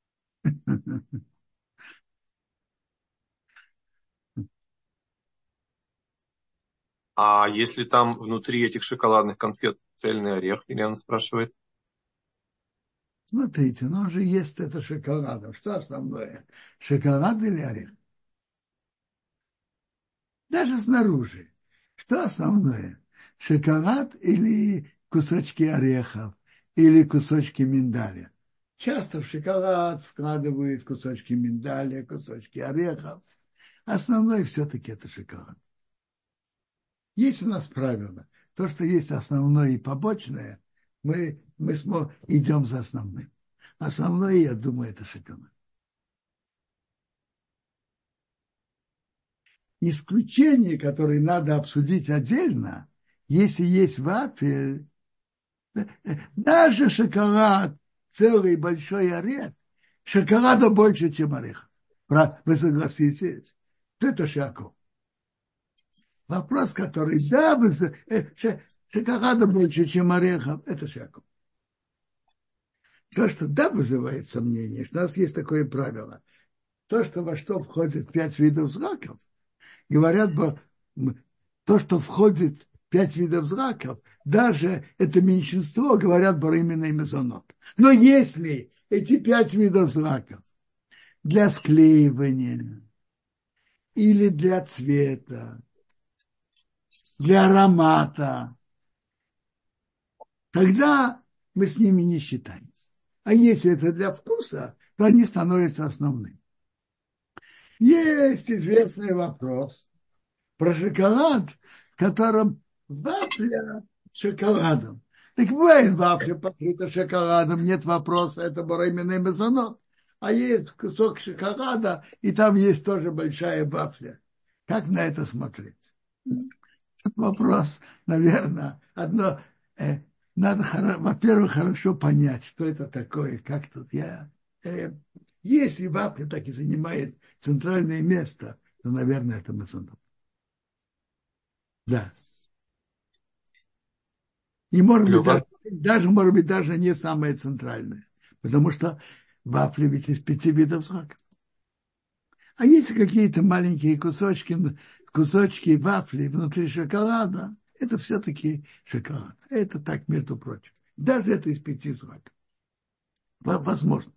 А если там внутри этих шоколадных конфет цельный орех, Елена спрашивает? Смотрите, ну он же ест это шоколадом. Что основное? Шоколад или орех? Даже снаружи. Что основное? Шоколад или кусочки орехов? Или кусочки миндаля? Часто в шоколад вкладывают кусочки миндаля, кусочки орехов. Основное все-таки это шоколад. Есть у нас правило. То, что есть основное и побочное, мы, мы смо, идем за основным. Основное, я думаю, это шоколад. Исключение, которое надо обсудить отдельно, если есть вафель, даже шоколад, целый большой орех, шоколада больше, чем орех. Вы согласитесь? Это шоколад. Вопрос, который, да, шоколада больше, чем орехов, это шоколад. То, что да, вызывает сомнение, что у нас есть такое правило. То, что во что входит пять видов злаков, говорят, то, что входит в пять видов злаков, даже это меньшинство, говорят, именно и мезонот. Но если эти пять видов злаков для склеивания или для цвета, для аромата, тогда мы с ними не считаемся. А если это для вкуса, то они становятся основными. Есть известный вопрос про шоколад, в котором вафля с шоколадом. Так бывает, вафля покрыта шоколадом, нет вопроса, это барайменный мезонот. А есть кусок шоколада, и там есть тоже большая вафля. Как на это смотреть? Этот вопрос, наверное, одно... Э, надо, во-первых, хорошо понять, что это такое, как тут я... Э, если вафля так и занимает центральное место, то, наверное, это мезонот. Да. И, может быть, даже, даже, может быть, даже не самое центральное. Потому что вафли ведь из пяти видов злаков. А если какие-то маленькие кусочки, кусочки вафли внутри шоколада, это все-таки шоколад. Это так, между прочим. Даже это из пяти злаков. Возможно.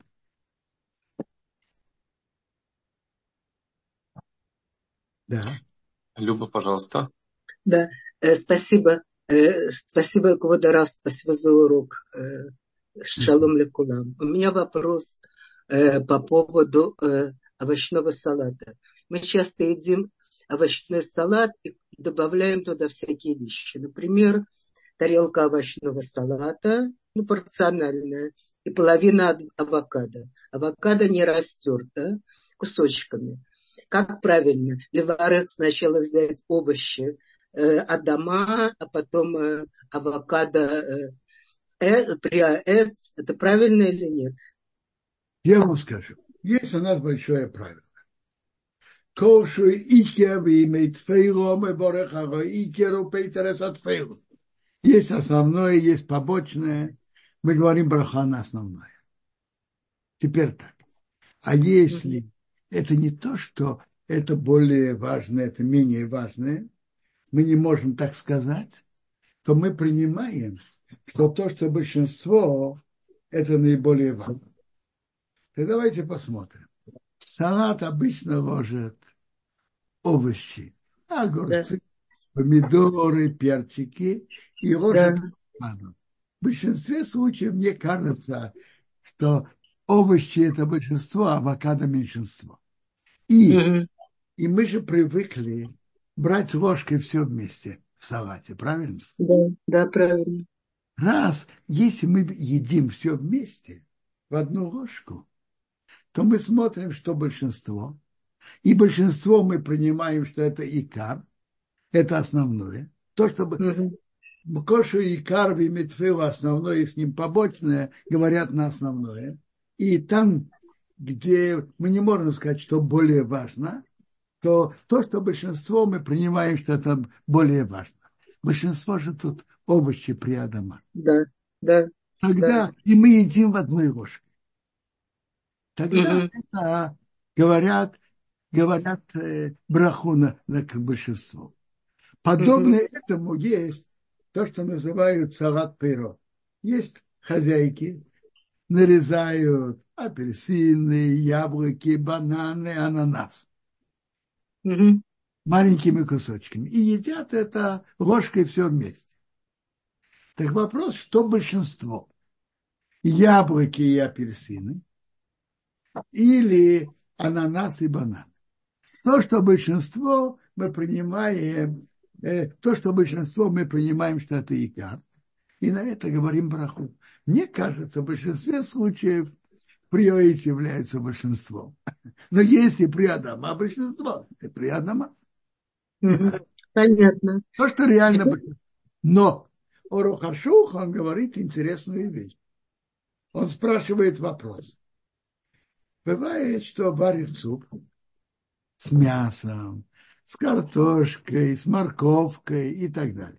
Да. Люба, пожалуйста. Да, э, спасибо. Э, спасибо, Кводарав, спасибо за урок. Э, шалом лекулам. У меня вопрос э, по поводу э, овощного салата. Мы часто едим овощной салат и добавляем туда всякие вещи. Например, тарелка овощного салата, ну, порциональная, и половина авокадо. Авокадо не растерто кусочками. Как правильно? Леварех сначала взять овощи э, адама, а потом э, авокадо э, э, приаэц. Это правильно или нет? Я вам скажу. Есть у нас большое правило. Колшу икер имеет фейлом и борехаро икеру пейтерес от фейлу. Есть основное, есть побочное. Мы говорим браха на основное. Теперь так. А если это не то, что это более важное, это менее важное, мы не можем так сказать, то мы принимаем, что то, что большинство, это наиболее важно. Так давайте посмотрим. В салат обычно ложат овощи, огурцы, да. помидоры, перчики и ложат авокадо. В большинстве случаев мне кажется, что овощи это большинство, а авокадо меньшинство. И, mm-hmm. и мы же привыкли брать ложкой все вместе в салате, правильно? Да, да, правильно. Раз, если мы едим все вместе в одну ложку, то мы смотрим, что большинство. И большинство мы принимаем, что это икар, это основное. То, чтобы mm-hmm. кошу икар и митфилу основное, и с ним побочное, говорят на основное. И там, где мы не можем сказать, что более важно, то то, что большинство мы принимаем, что это более важно. Большинство же тут овощи при адама. Да, да. Тогда да. и мы едим в одной ложке. Тогда угу. это говорят, говорят э, браху на, на к большинству. Подобно угу. этому есть то, что называют салат пейро. Есть хозяйки, нарезают апельсины, яблоки, бананы, ананас. Угу. Маленькими кусочками. И едят это ложкой все вместе. Так вопрос, что большинство? Яблоки и апельсины или ананас и банан? То, что большинство мы принимаем, э, то, что большинство мы принимаем, что это икар, и на это говорим браху. Мне кажется, в большинстве случаев приоид является большинством. Но если при Адама большинство, это при Адама. Понятно. То, что реально большинство. Но Орух ха-Шулх, он говорит интересную вещь. Он спрашивает вопрос. Бывает, что варит суп с мясом, с картошкой, с морковкой и так далее.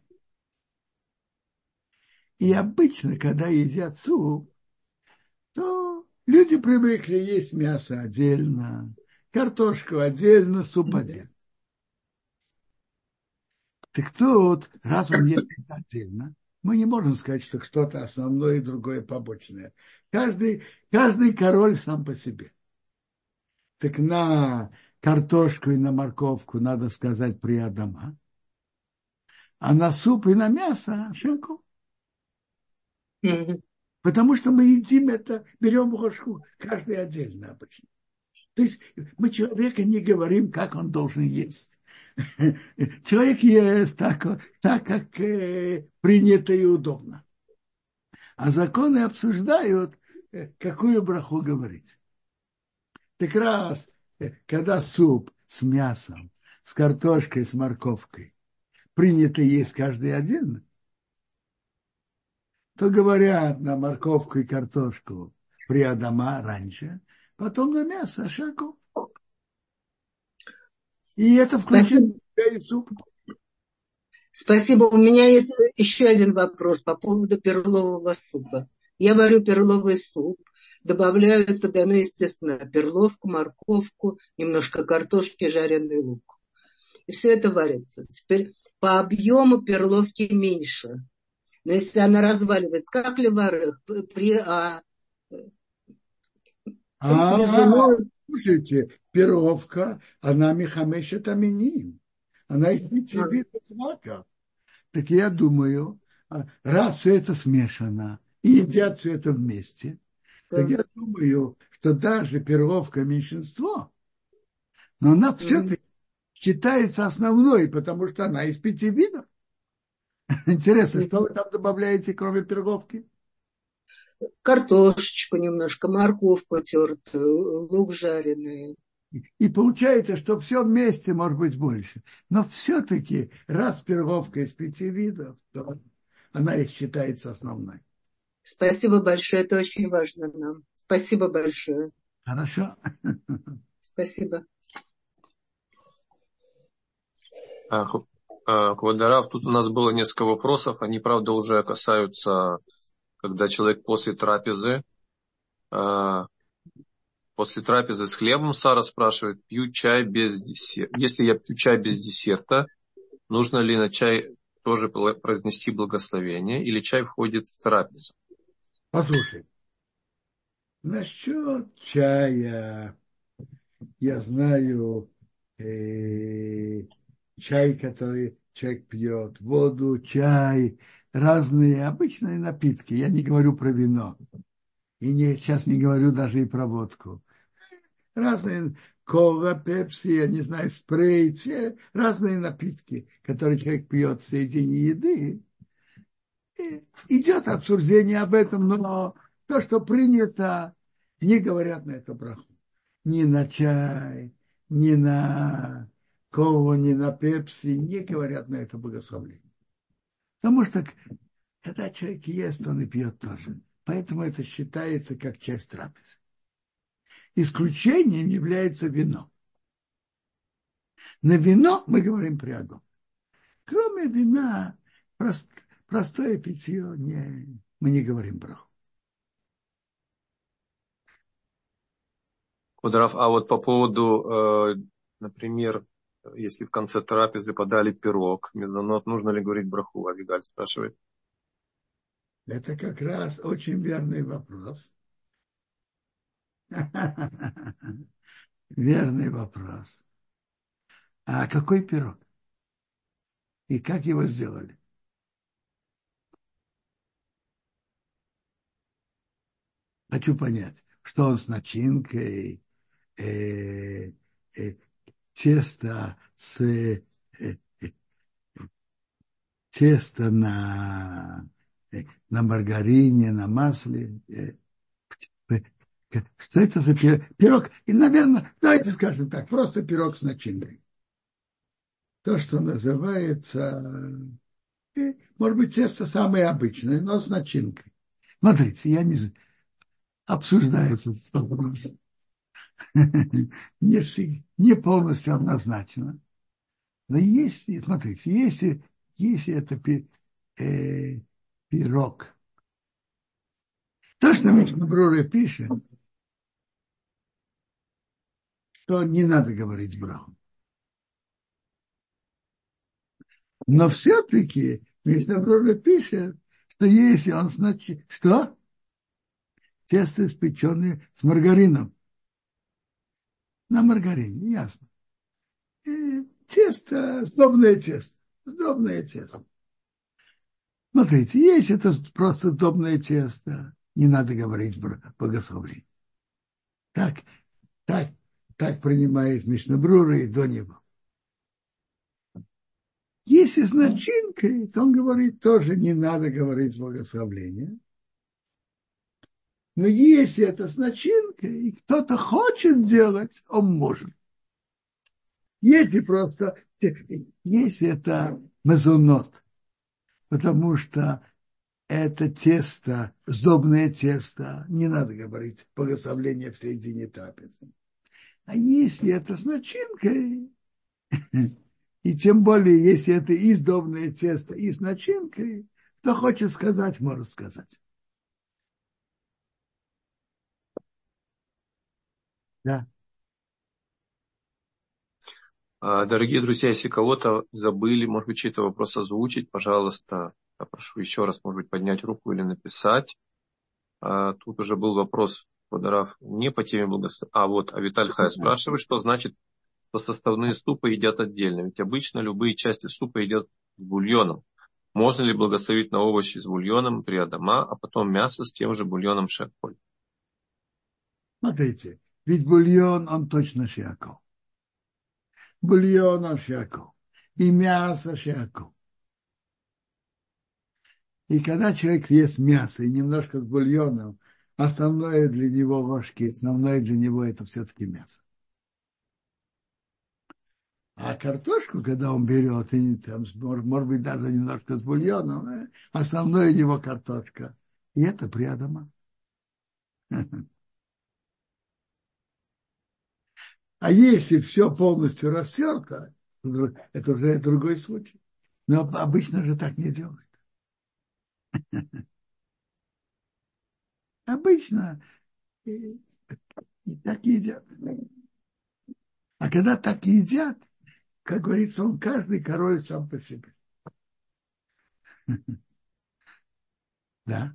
И обычно, когда едят суп, то люди привыкли есть мясо отдельно, картошку отдельно, суп отдельно. Так тут, раз он ест отдельно, мы не можем сказать, что что-то основное и другое побочное. Каждый, каждый король сам по себе. Так на картошку и на морковку надо сказать при Адама, а на суп и на мясо шаку. Мгм. Потому что мы едим это, берем ложку, каждый отдельно обычно. То есть мы человека не говорим, как он должен есть. Человек ест так, так как э, принято и удобно. А законы обсуждают, э, какую браху говорить. Так раз, э, когда суп с мясом, с картошкой, с морковкой принято есть каждый отдельно, то говорят на морковку и картошку при Адама раньше, потом на мясо шаку. И это включает Спасибо. в себя и суп. Спасибо. У меня есть еще один вопрос по поводу перлового супа. Я варю перловый суп, добавляю туда, ну, естественно, перловку, морковку, немножко картошки, жареный лук. И все это варится. Теперь по объему перловки меньше. Но если она разваливается, как леварых, при а, А, прижимаю. слушайте, перловка, она мехамешет аминим. Она из пяти А, видов злаков. Так я думаю, а, раз все это смешано и едят все это вместе, так да. я думаю, что даже перловка меньшинство, но она все-таки считается основной, потому что она из пяти видов. Интересно, что вы там добавляете, кроме перловки? Картошечку немножко, морковку тертую, лук жареный. И получается, что все вместе может быть больше. Но все-таки, раз перловка из пяти видов, то она их считается основной. Спасибо большое, это очень важно нам. Спасибо большое. Хорошо. Спасибо. Квадарав, тут у нас было несколько вопросов. Они, правда, уже касаются, когда человек после трапезы, после трапезы с хлебом, Сара спрашивает, пью чай без десерта. Если я пью чай без десерта, нужно ли на чай тоже произнести благословение, или чай входит в трапезу? Послушай, насчет чая, я знаю, э, чай, который человек пьет, воду, чай, разные обычные напитки. Я не говорю про вино. И не, сейчас не говорю даже и про водку. Разные кола, пепси, я не знаю, спрей, все разные напитки, которые человек пьет в середине еды. И идет обсуждение об этом, но то, что принято, не говорят на это браху. Ни на чай, ни на колу, ни на пепси, не говорят на это благословение. Потому что когда человек ест, он и пьет тоже. Поэтому это считается как часть трапезы. Исключением является вино. На вино мы говорим при огонь. Кроме вина, прост, простое питье, не, мы не говорим браху. Квадарав, а вот по поводу, например, если в конце трапезы подали пирог, мезонот, нужно ли говорить браху? Авигаль спрашивает. Это как раз очень верный вопрос. Верный вопрос. А какой пирог? И как его сделали? Хочу понять, что он с начинкой, э, э, тесто с э, э, тесто на, э, на маргарине, на масле. Э, э, что это за пирог? Пирог, и, наверное, давайте скажем так, просто пирог с начинкой. То, что называется, э, может быть, тесто самое обычное, но с начинкой. Смотрите, я не знаю. Обсуждается этот вопрос. Не, всегда, не полностью однозначно. Но если, смотрите, если, если это пи, э, пирог, то, что Мишна пишет, то не надо говорить браху. Но все-таки Мишна пишет, что если он значит, что? Тесто, испеченное с маргарином. На маргарине, ясно. И тесто, сдобное тесто. Сдобное тесто. Смотрите, если это просто сдобное тесто, не надо говорить про богословление. Так, так, так принимает Мишна Брура и до него. Если с начинкой, то он говорит, тоже не надо говорить благословление. Но если это с начинкой, и кто-то хочет делать, он может. Если просто, если это мезонот, потому что это тесто, сдобное тесто, не надо говорить благословление в середине трапезы. А если это с начинкой, и тем более, если это и сдобное тесто, и с начинкой, кто хочет сказать, может сказать. Да. Дорогие друзья, если кого-то забыли, может быть, чей-то вопрос озвучить, пожалуйста, я прошу еще раз, может быть, поднять руку или написать. Тут уже был вопрос, Квадарав, не по теме благословения. А вот Авиталь Хай спрашивает, что значит, что составные супы едят отдельно. Ведь обычно любые части супа едят с бульоном. Можно ли благословить на овощи с бульоном при Адама, а потом мясо с тем же бульоном шиаколь? Смотрите, ведь бульон, он точно шиаколь. Бульон, он шиаколь. И мясо шиаколь. И когда человек ест мясо и немножко с бульоном, основное для него ложки, основное для него это все-таки мясо. А картошку, когда он берет, и там, может быть, даже немножко с бульоном, основное его картошка. И это при Адама. А если все полностью растерто, это уже другой случай. Но обычно же так не делают. Обычно и, и так едят. А когда так едят, как говорится, он каждый король сам по себе. Да.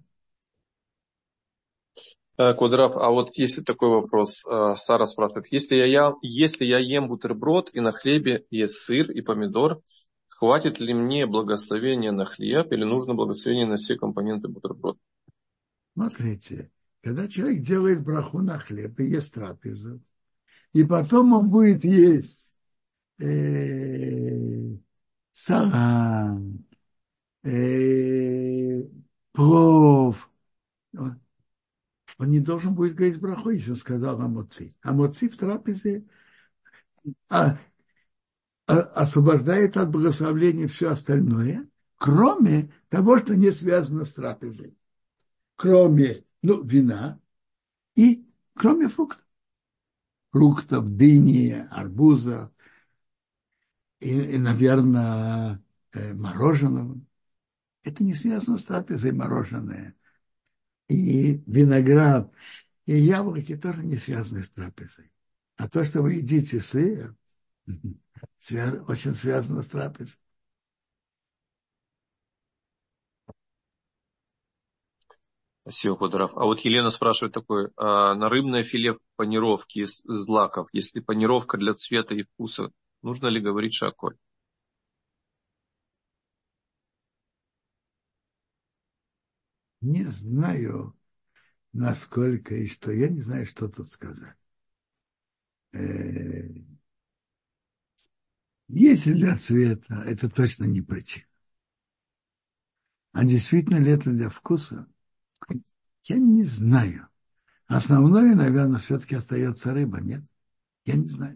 Квадрат, а вот если такой вопрос, Сара спрашивает, если я, если я ем бутерброд и на хлебе есть сыр и помидор, хватит ли мне благословения на хлеб или нужно благословение на все компоненты бутерброда? Смотрите, когда человек делает браху на хлеб и ест трапезу, и потом он будет есть э, салат, э, плов, он, он не должен будет говорить браху, если он сказал амоци. Амоци в трапезе а, а, освобождает от благословения все остальное, кроме того, что не связано с трапезой. Кроме ну, вина и кроме фруктов. Фруктов, дыни, арбуза и, и наверное, мороженого. Это не связано с трапезой мороженое. И виноград, и яблоки тоже не связаны с трапезой. А то, что вы едите сыр, очень связано с трапезой. Спасибо, Квадрат. А вот Елена спрашивает такое, а на рыбное филе в панировке из злаков, если панировка для цвета и вкуса, нужно ли говорить шиаколь? Не знаю, насколько и что. Я не знаю, что тут сказать. Если для цвета, это точно не причина. А действительно ли это для вкуса? Я не знаю. Основное, наверное, все-таки остается рыба, нет? Я не знаю.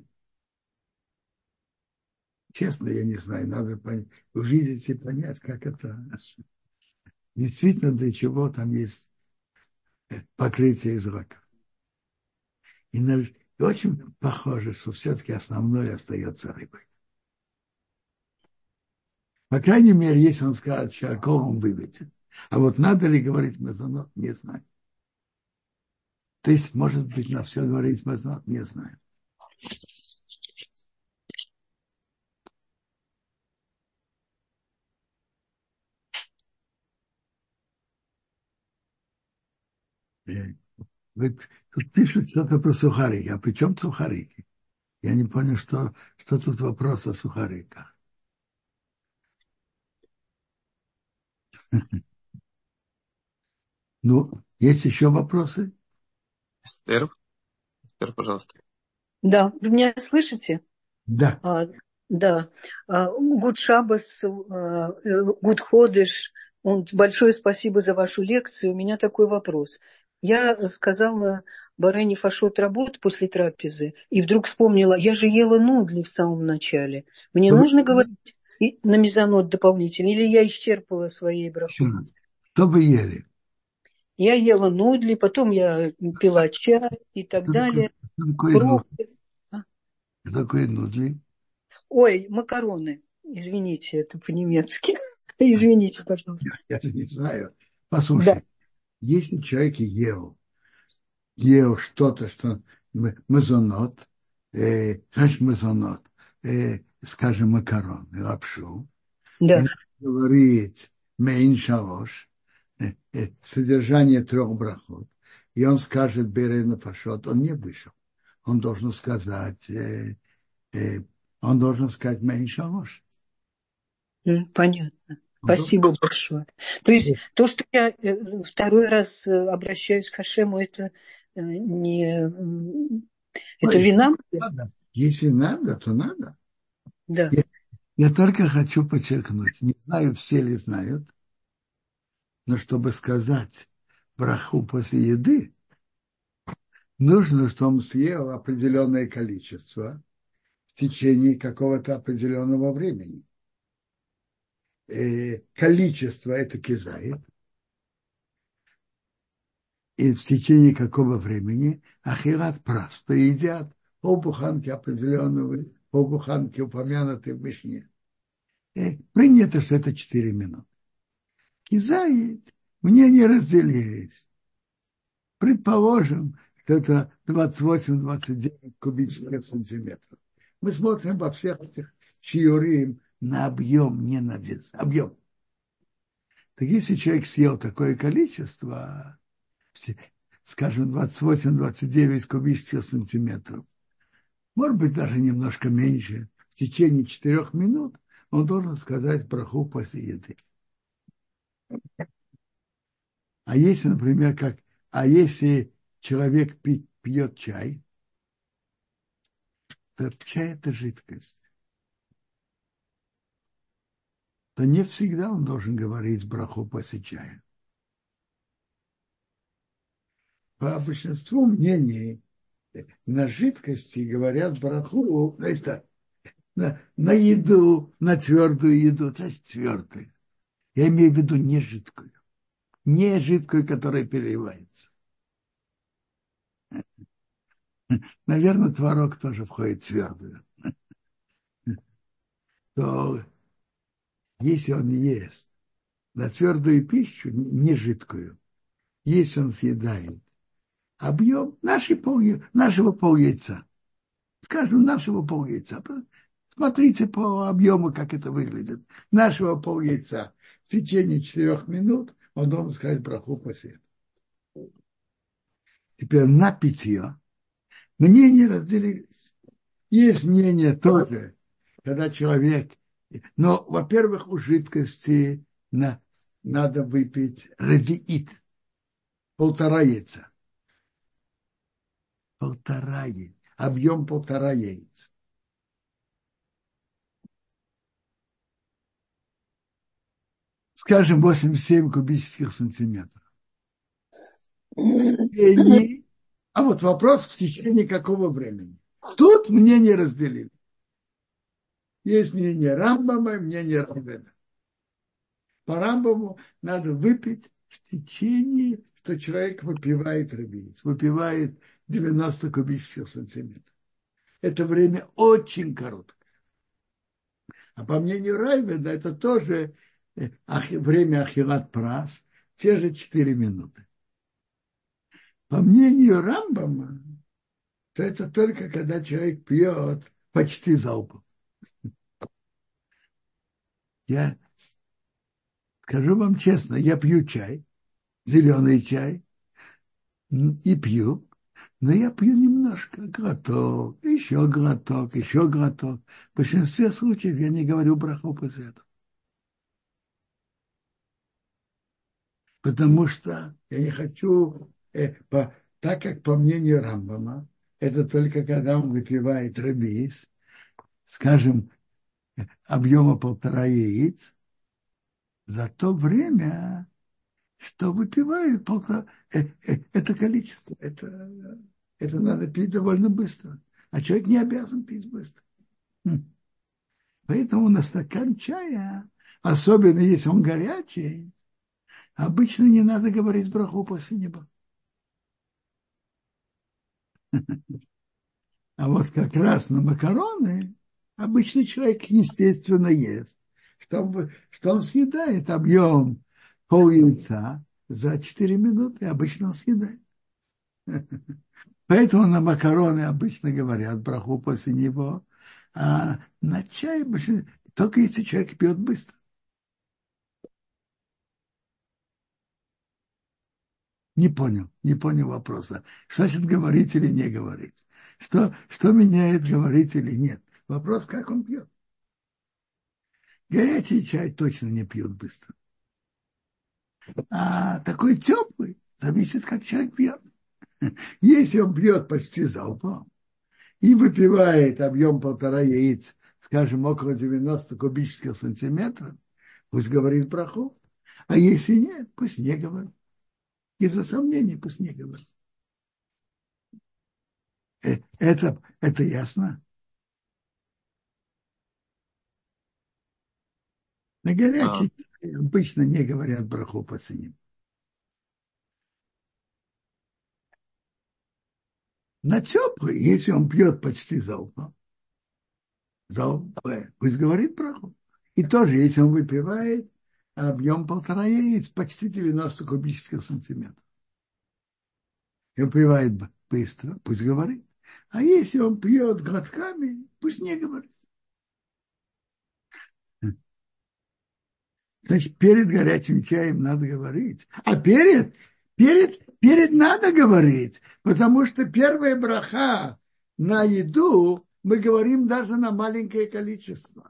Честно, я не знаю. Надо понять, увидеть и понять, как это действительно для чего там есть покрытие из раков. И, на, и очень похоже, что все-таки основное остается рыбой. По крайней мере, если он скажет, что он выведет. А вот надо ли говорить мезонот, не знаю. То есть, может быть, на все говорить мезонот, не знаю. Э, Вы тут пишут что-то про сухарики. А при чем сухарики? Я не понял, что, что тут вопрос о сухариках. Ну, есть еще вопросы? Эстер, Эстер, пожалуйста. Да, вы меня слышите? Да. А, да. Гуд Шабас, Гуд Ходыш. Большое спасибо за вашу лекцию. У меня такой вопрос. Я сказала Барене Фашот работу после трапезы, и вдруг вспомнила, я же ела нудли в самом начале. Мне Что нужно вы... говорить на мезонот дополнительно, или я исчерпала свои браху? Что вы ели? Я ела нудли, потом я пила чай и так Что далее. такое, что такое нудли? А? Что такое нудли? Ой, макароны. Извините, это по-немецки. Извините, пожалуйста. Я, я же не знаю. Послушай, да. Если человек ел, ел что-то, что мезонот, э, значит мезонот, э, скажем, макароны, лапшу, да. говорит мейн шалош, э, э, содержание трех брахот, и он скажет берен фашот, он не вышел. Он должен сказать, э, э, он должен сказать мейн шалош. Понятно. Спасибо большое. То есть то, что я второй раз обращаюсь к Хашему, это не... Это Ой, вина? Надо. Если надо, то надо. Да. Я, я только хочу подчеркнуть, не знаю, все ли знают, но чтобы сказать браху после еды, нужно, чтобы он съел определенное количество в течение какого-то определенного времени. Э, количество это кизает. И в течение какого времени ахилат прав, что едят полбуханки определенного, полбуханки упомянутой в Мишне. И принято, что это четыре минуты. Кизает, мнения разделились. Предположим, что это двадцать восемь - двадцать девять кубических сантиметров. Мы смотрим во всех этих шиурим на объем, не на вес. Объем. Так если человек съел такое количество, скажем, двадцать восемь - двадцать девять кубических сантиметров, может быть, даже немножко меньше, в течение четырех минут он должен сказать браху после еды. А если, например, как, а если человек пи, пьет чай, то чай это жидкость, то не всегда он должен говорить браху после чая. По большинству мнений на жидкости говорят браху, знаете, на, на еду, на твердую еду, значит твердую. Я имею в виду не жидкую, не жидкую, которая переливается. Наверное, творог тоже входит в твердую. То если он ест на твердую пищу, не жидкую, если он съедает объем нашей пол, нашего пол-яйца, скажем, нашего пол-яйца, смотрите по объему, как это выглядит, нашего пол-яйца в течение четырех минут он должен сказать браху после этого. Теперь на питье мнения разделились. Есть мнение тоже, когда человек, но, во-первых, у жидкости на, надо выпить ревиит, полтора яйца. Полтора яйца. Объем полтора яиц. Скажем, восемьдесят семь кубических сантиметров. И, а вот вопрос, в течение какого времени. Тут мнения разделили. Есть мнение Рамбама и мнение Равена. По Рамбаму надо выпить в течение, что человек выпивает рыбиц, выпивает девяносто кубических сантиметров. Это время очень короткое. А по мнению Райведа, это тоже время ахилат прас, те же четыре минуты. По мнению Рамбама, то это только когда человек пьет почти залпом. Я скажу вам честно, я пью чай, зеленый чай, и пью. Но я пью немножко, глоток, еще глоток, еще глоток. В большинстве случаев я не говорю браху после этого. Потому что я не хочу, э, по, так как по мнению Рамбама, это только когда он выпивает рабис, скажем, объема полтора яиц, за то время, что выпивают полтора, э, э, это количество, это, это надо пить довольно быстро. А человек не обязан пить быстро. Поэтому на стакан чая, особенно если он горячий, обычно не надо говорить браху после него. А вот как раз на макароны обычный человек, естественно, ест. Что он, что он съедает объем пол яйца за четыре минуты. Обычно он съедает. Поэтому на макароны обычно говорят браху после него. А на чай только если человек пьет быстро. Не понял, не понял вопроса. Что значит говорить или не говорить? Что, что меняет говорить или нет? Вопрос, как он пьет. Горячий чай точно не пьет быстро. А такой теплый зависит, как человек пьет. Если он пьет почти залпом и выпивает объем полтора яиц, скажем, около девяноста кубических сантиметров, пусть говорит браху. А если нет, пусть не говорит. Из-за сомнений пусть не говорит. Это, это ясно? На горячий чай обычно не говорят браху после него. На теплый, если он пьет почти залпом, залп, пусть говорит браху. И тоже, если он выпивает объем полтора яиц, почти девяносто кубических сантиметров. И выпивает быстро, пусть говорит. А если он пьет глотками, пусть не говорит. Значит, перед горячим чаем надо говорить. А перед, перед, перед надо говорить, потому что первая браха на еду мы говорим даже на маленькое количество.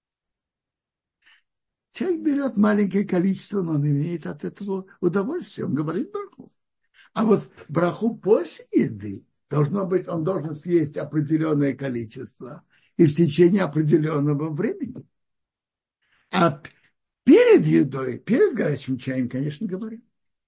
Человек берет маленькое количество, но он имеет от этого удовольствие. Он говорит браху. А вот браху после еды должно быть, он должен съесть определенное количество и в течение определенного времени. А перед едой, перед горячим чаем, конечно, говорим.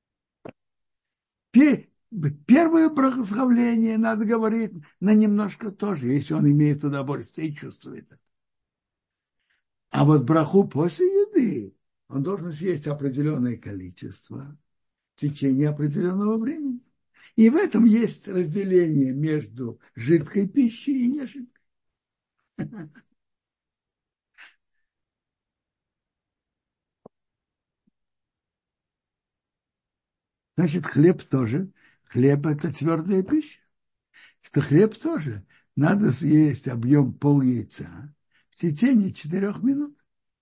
Первое благословление надо говорить на немножко тоже, если он имеет удовольствие и чувствует это. А вот браху после еды он должен съесть определенное количество в течение определенного времени. И в этом есть разделение между жидкой пищей и нежидкой. Значит, хлеб тоже. Хлеб – это твердая пища. Что хлеб тоже надо съесть объем пол яйца в течение четырех минут.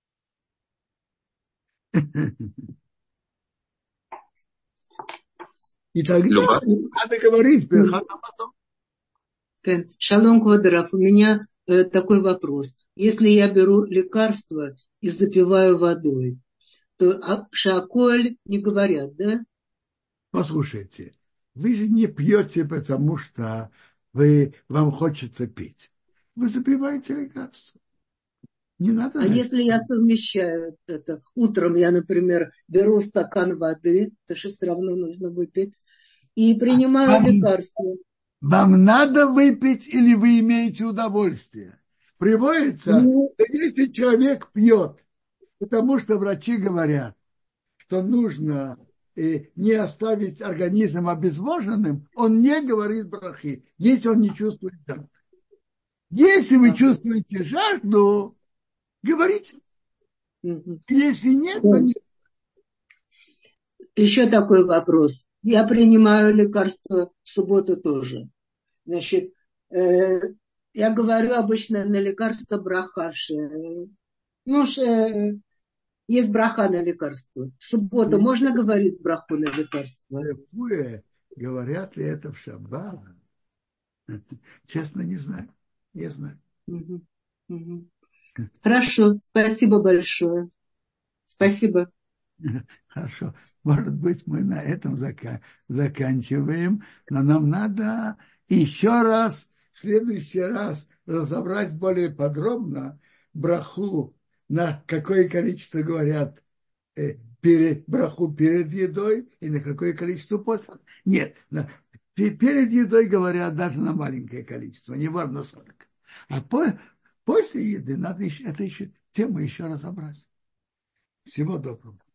И тогда Люба. Надо говорить Берхат Амазон. Шалом, Квадрав, у меня э, такой вопрос. Если я беру лекарство и запиваю водой, то а, шаколь не говорят, да? Послушайте, вы же не пьете, потому что вы, вам хочется пить. Вы запиваете лекарство. Не надо. А знать. Если я совмещаю это? Утром я, например, беру стакан воды, потому что все равно нужно выпить, и принимаю вам, лекарство. Вам надо выпить или вы имеете удовольствие? Приводится, ну, если человек пьет, потому что врачи говорят, что нужно не оставить организм обезвоженным, он не говорит брахи, если он не чувствует жажду. Если вы чувствуете жажду, говорите. Если нет, то нет. Еще такой вопрос. Я принимаю лекарства в субботу тоже. Значит, э, я говорю обычно на лекарство брахаши. Ну, ш, есть браха на лекарство. В субботу можно говорить браху на лекарство? Говорят ли это в шаббат? Честно, не знаю. Не знаю. Угу. Угу. Хорошо, спасибо большое. Спасибо. Хорошо. Может быть, мы на этом зака- заканчиваем, но нам надо еще раз, в следующий раз разобрать более подробно браху, на какое количество говорят э, перед, браху перед едой и на какое количество после. Нет, на, перед едой говорят даже на маленькое количество, не важно сколько. А по, после еды надо еще, это еще тему еще разобрать. Всего доброго.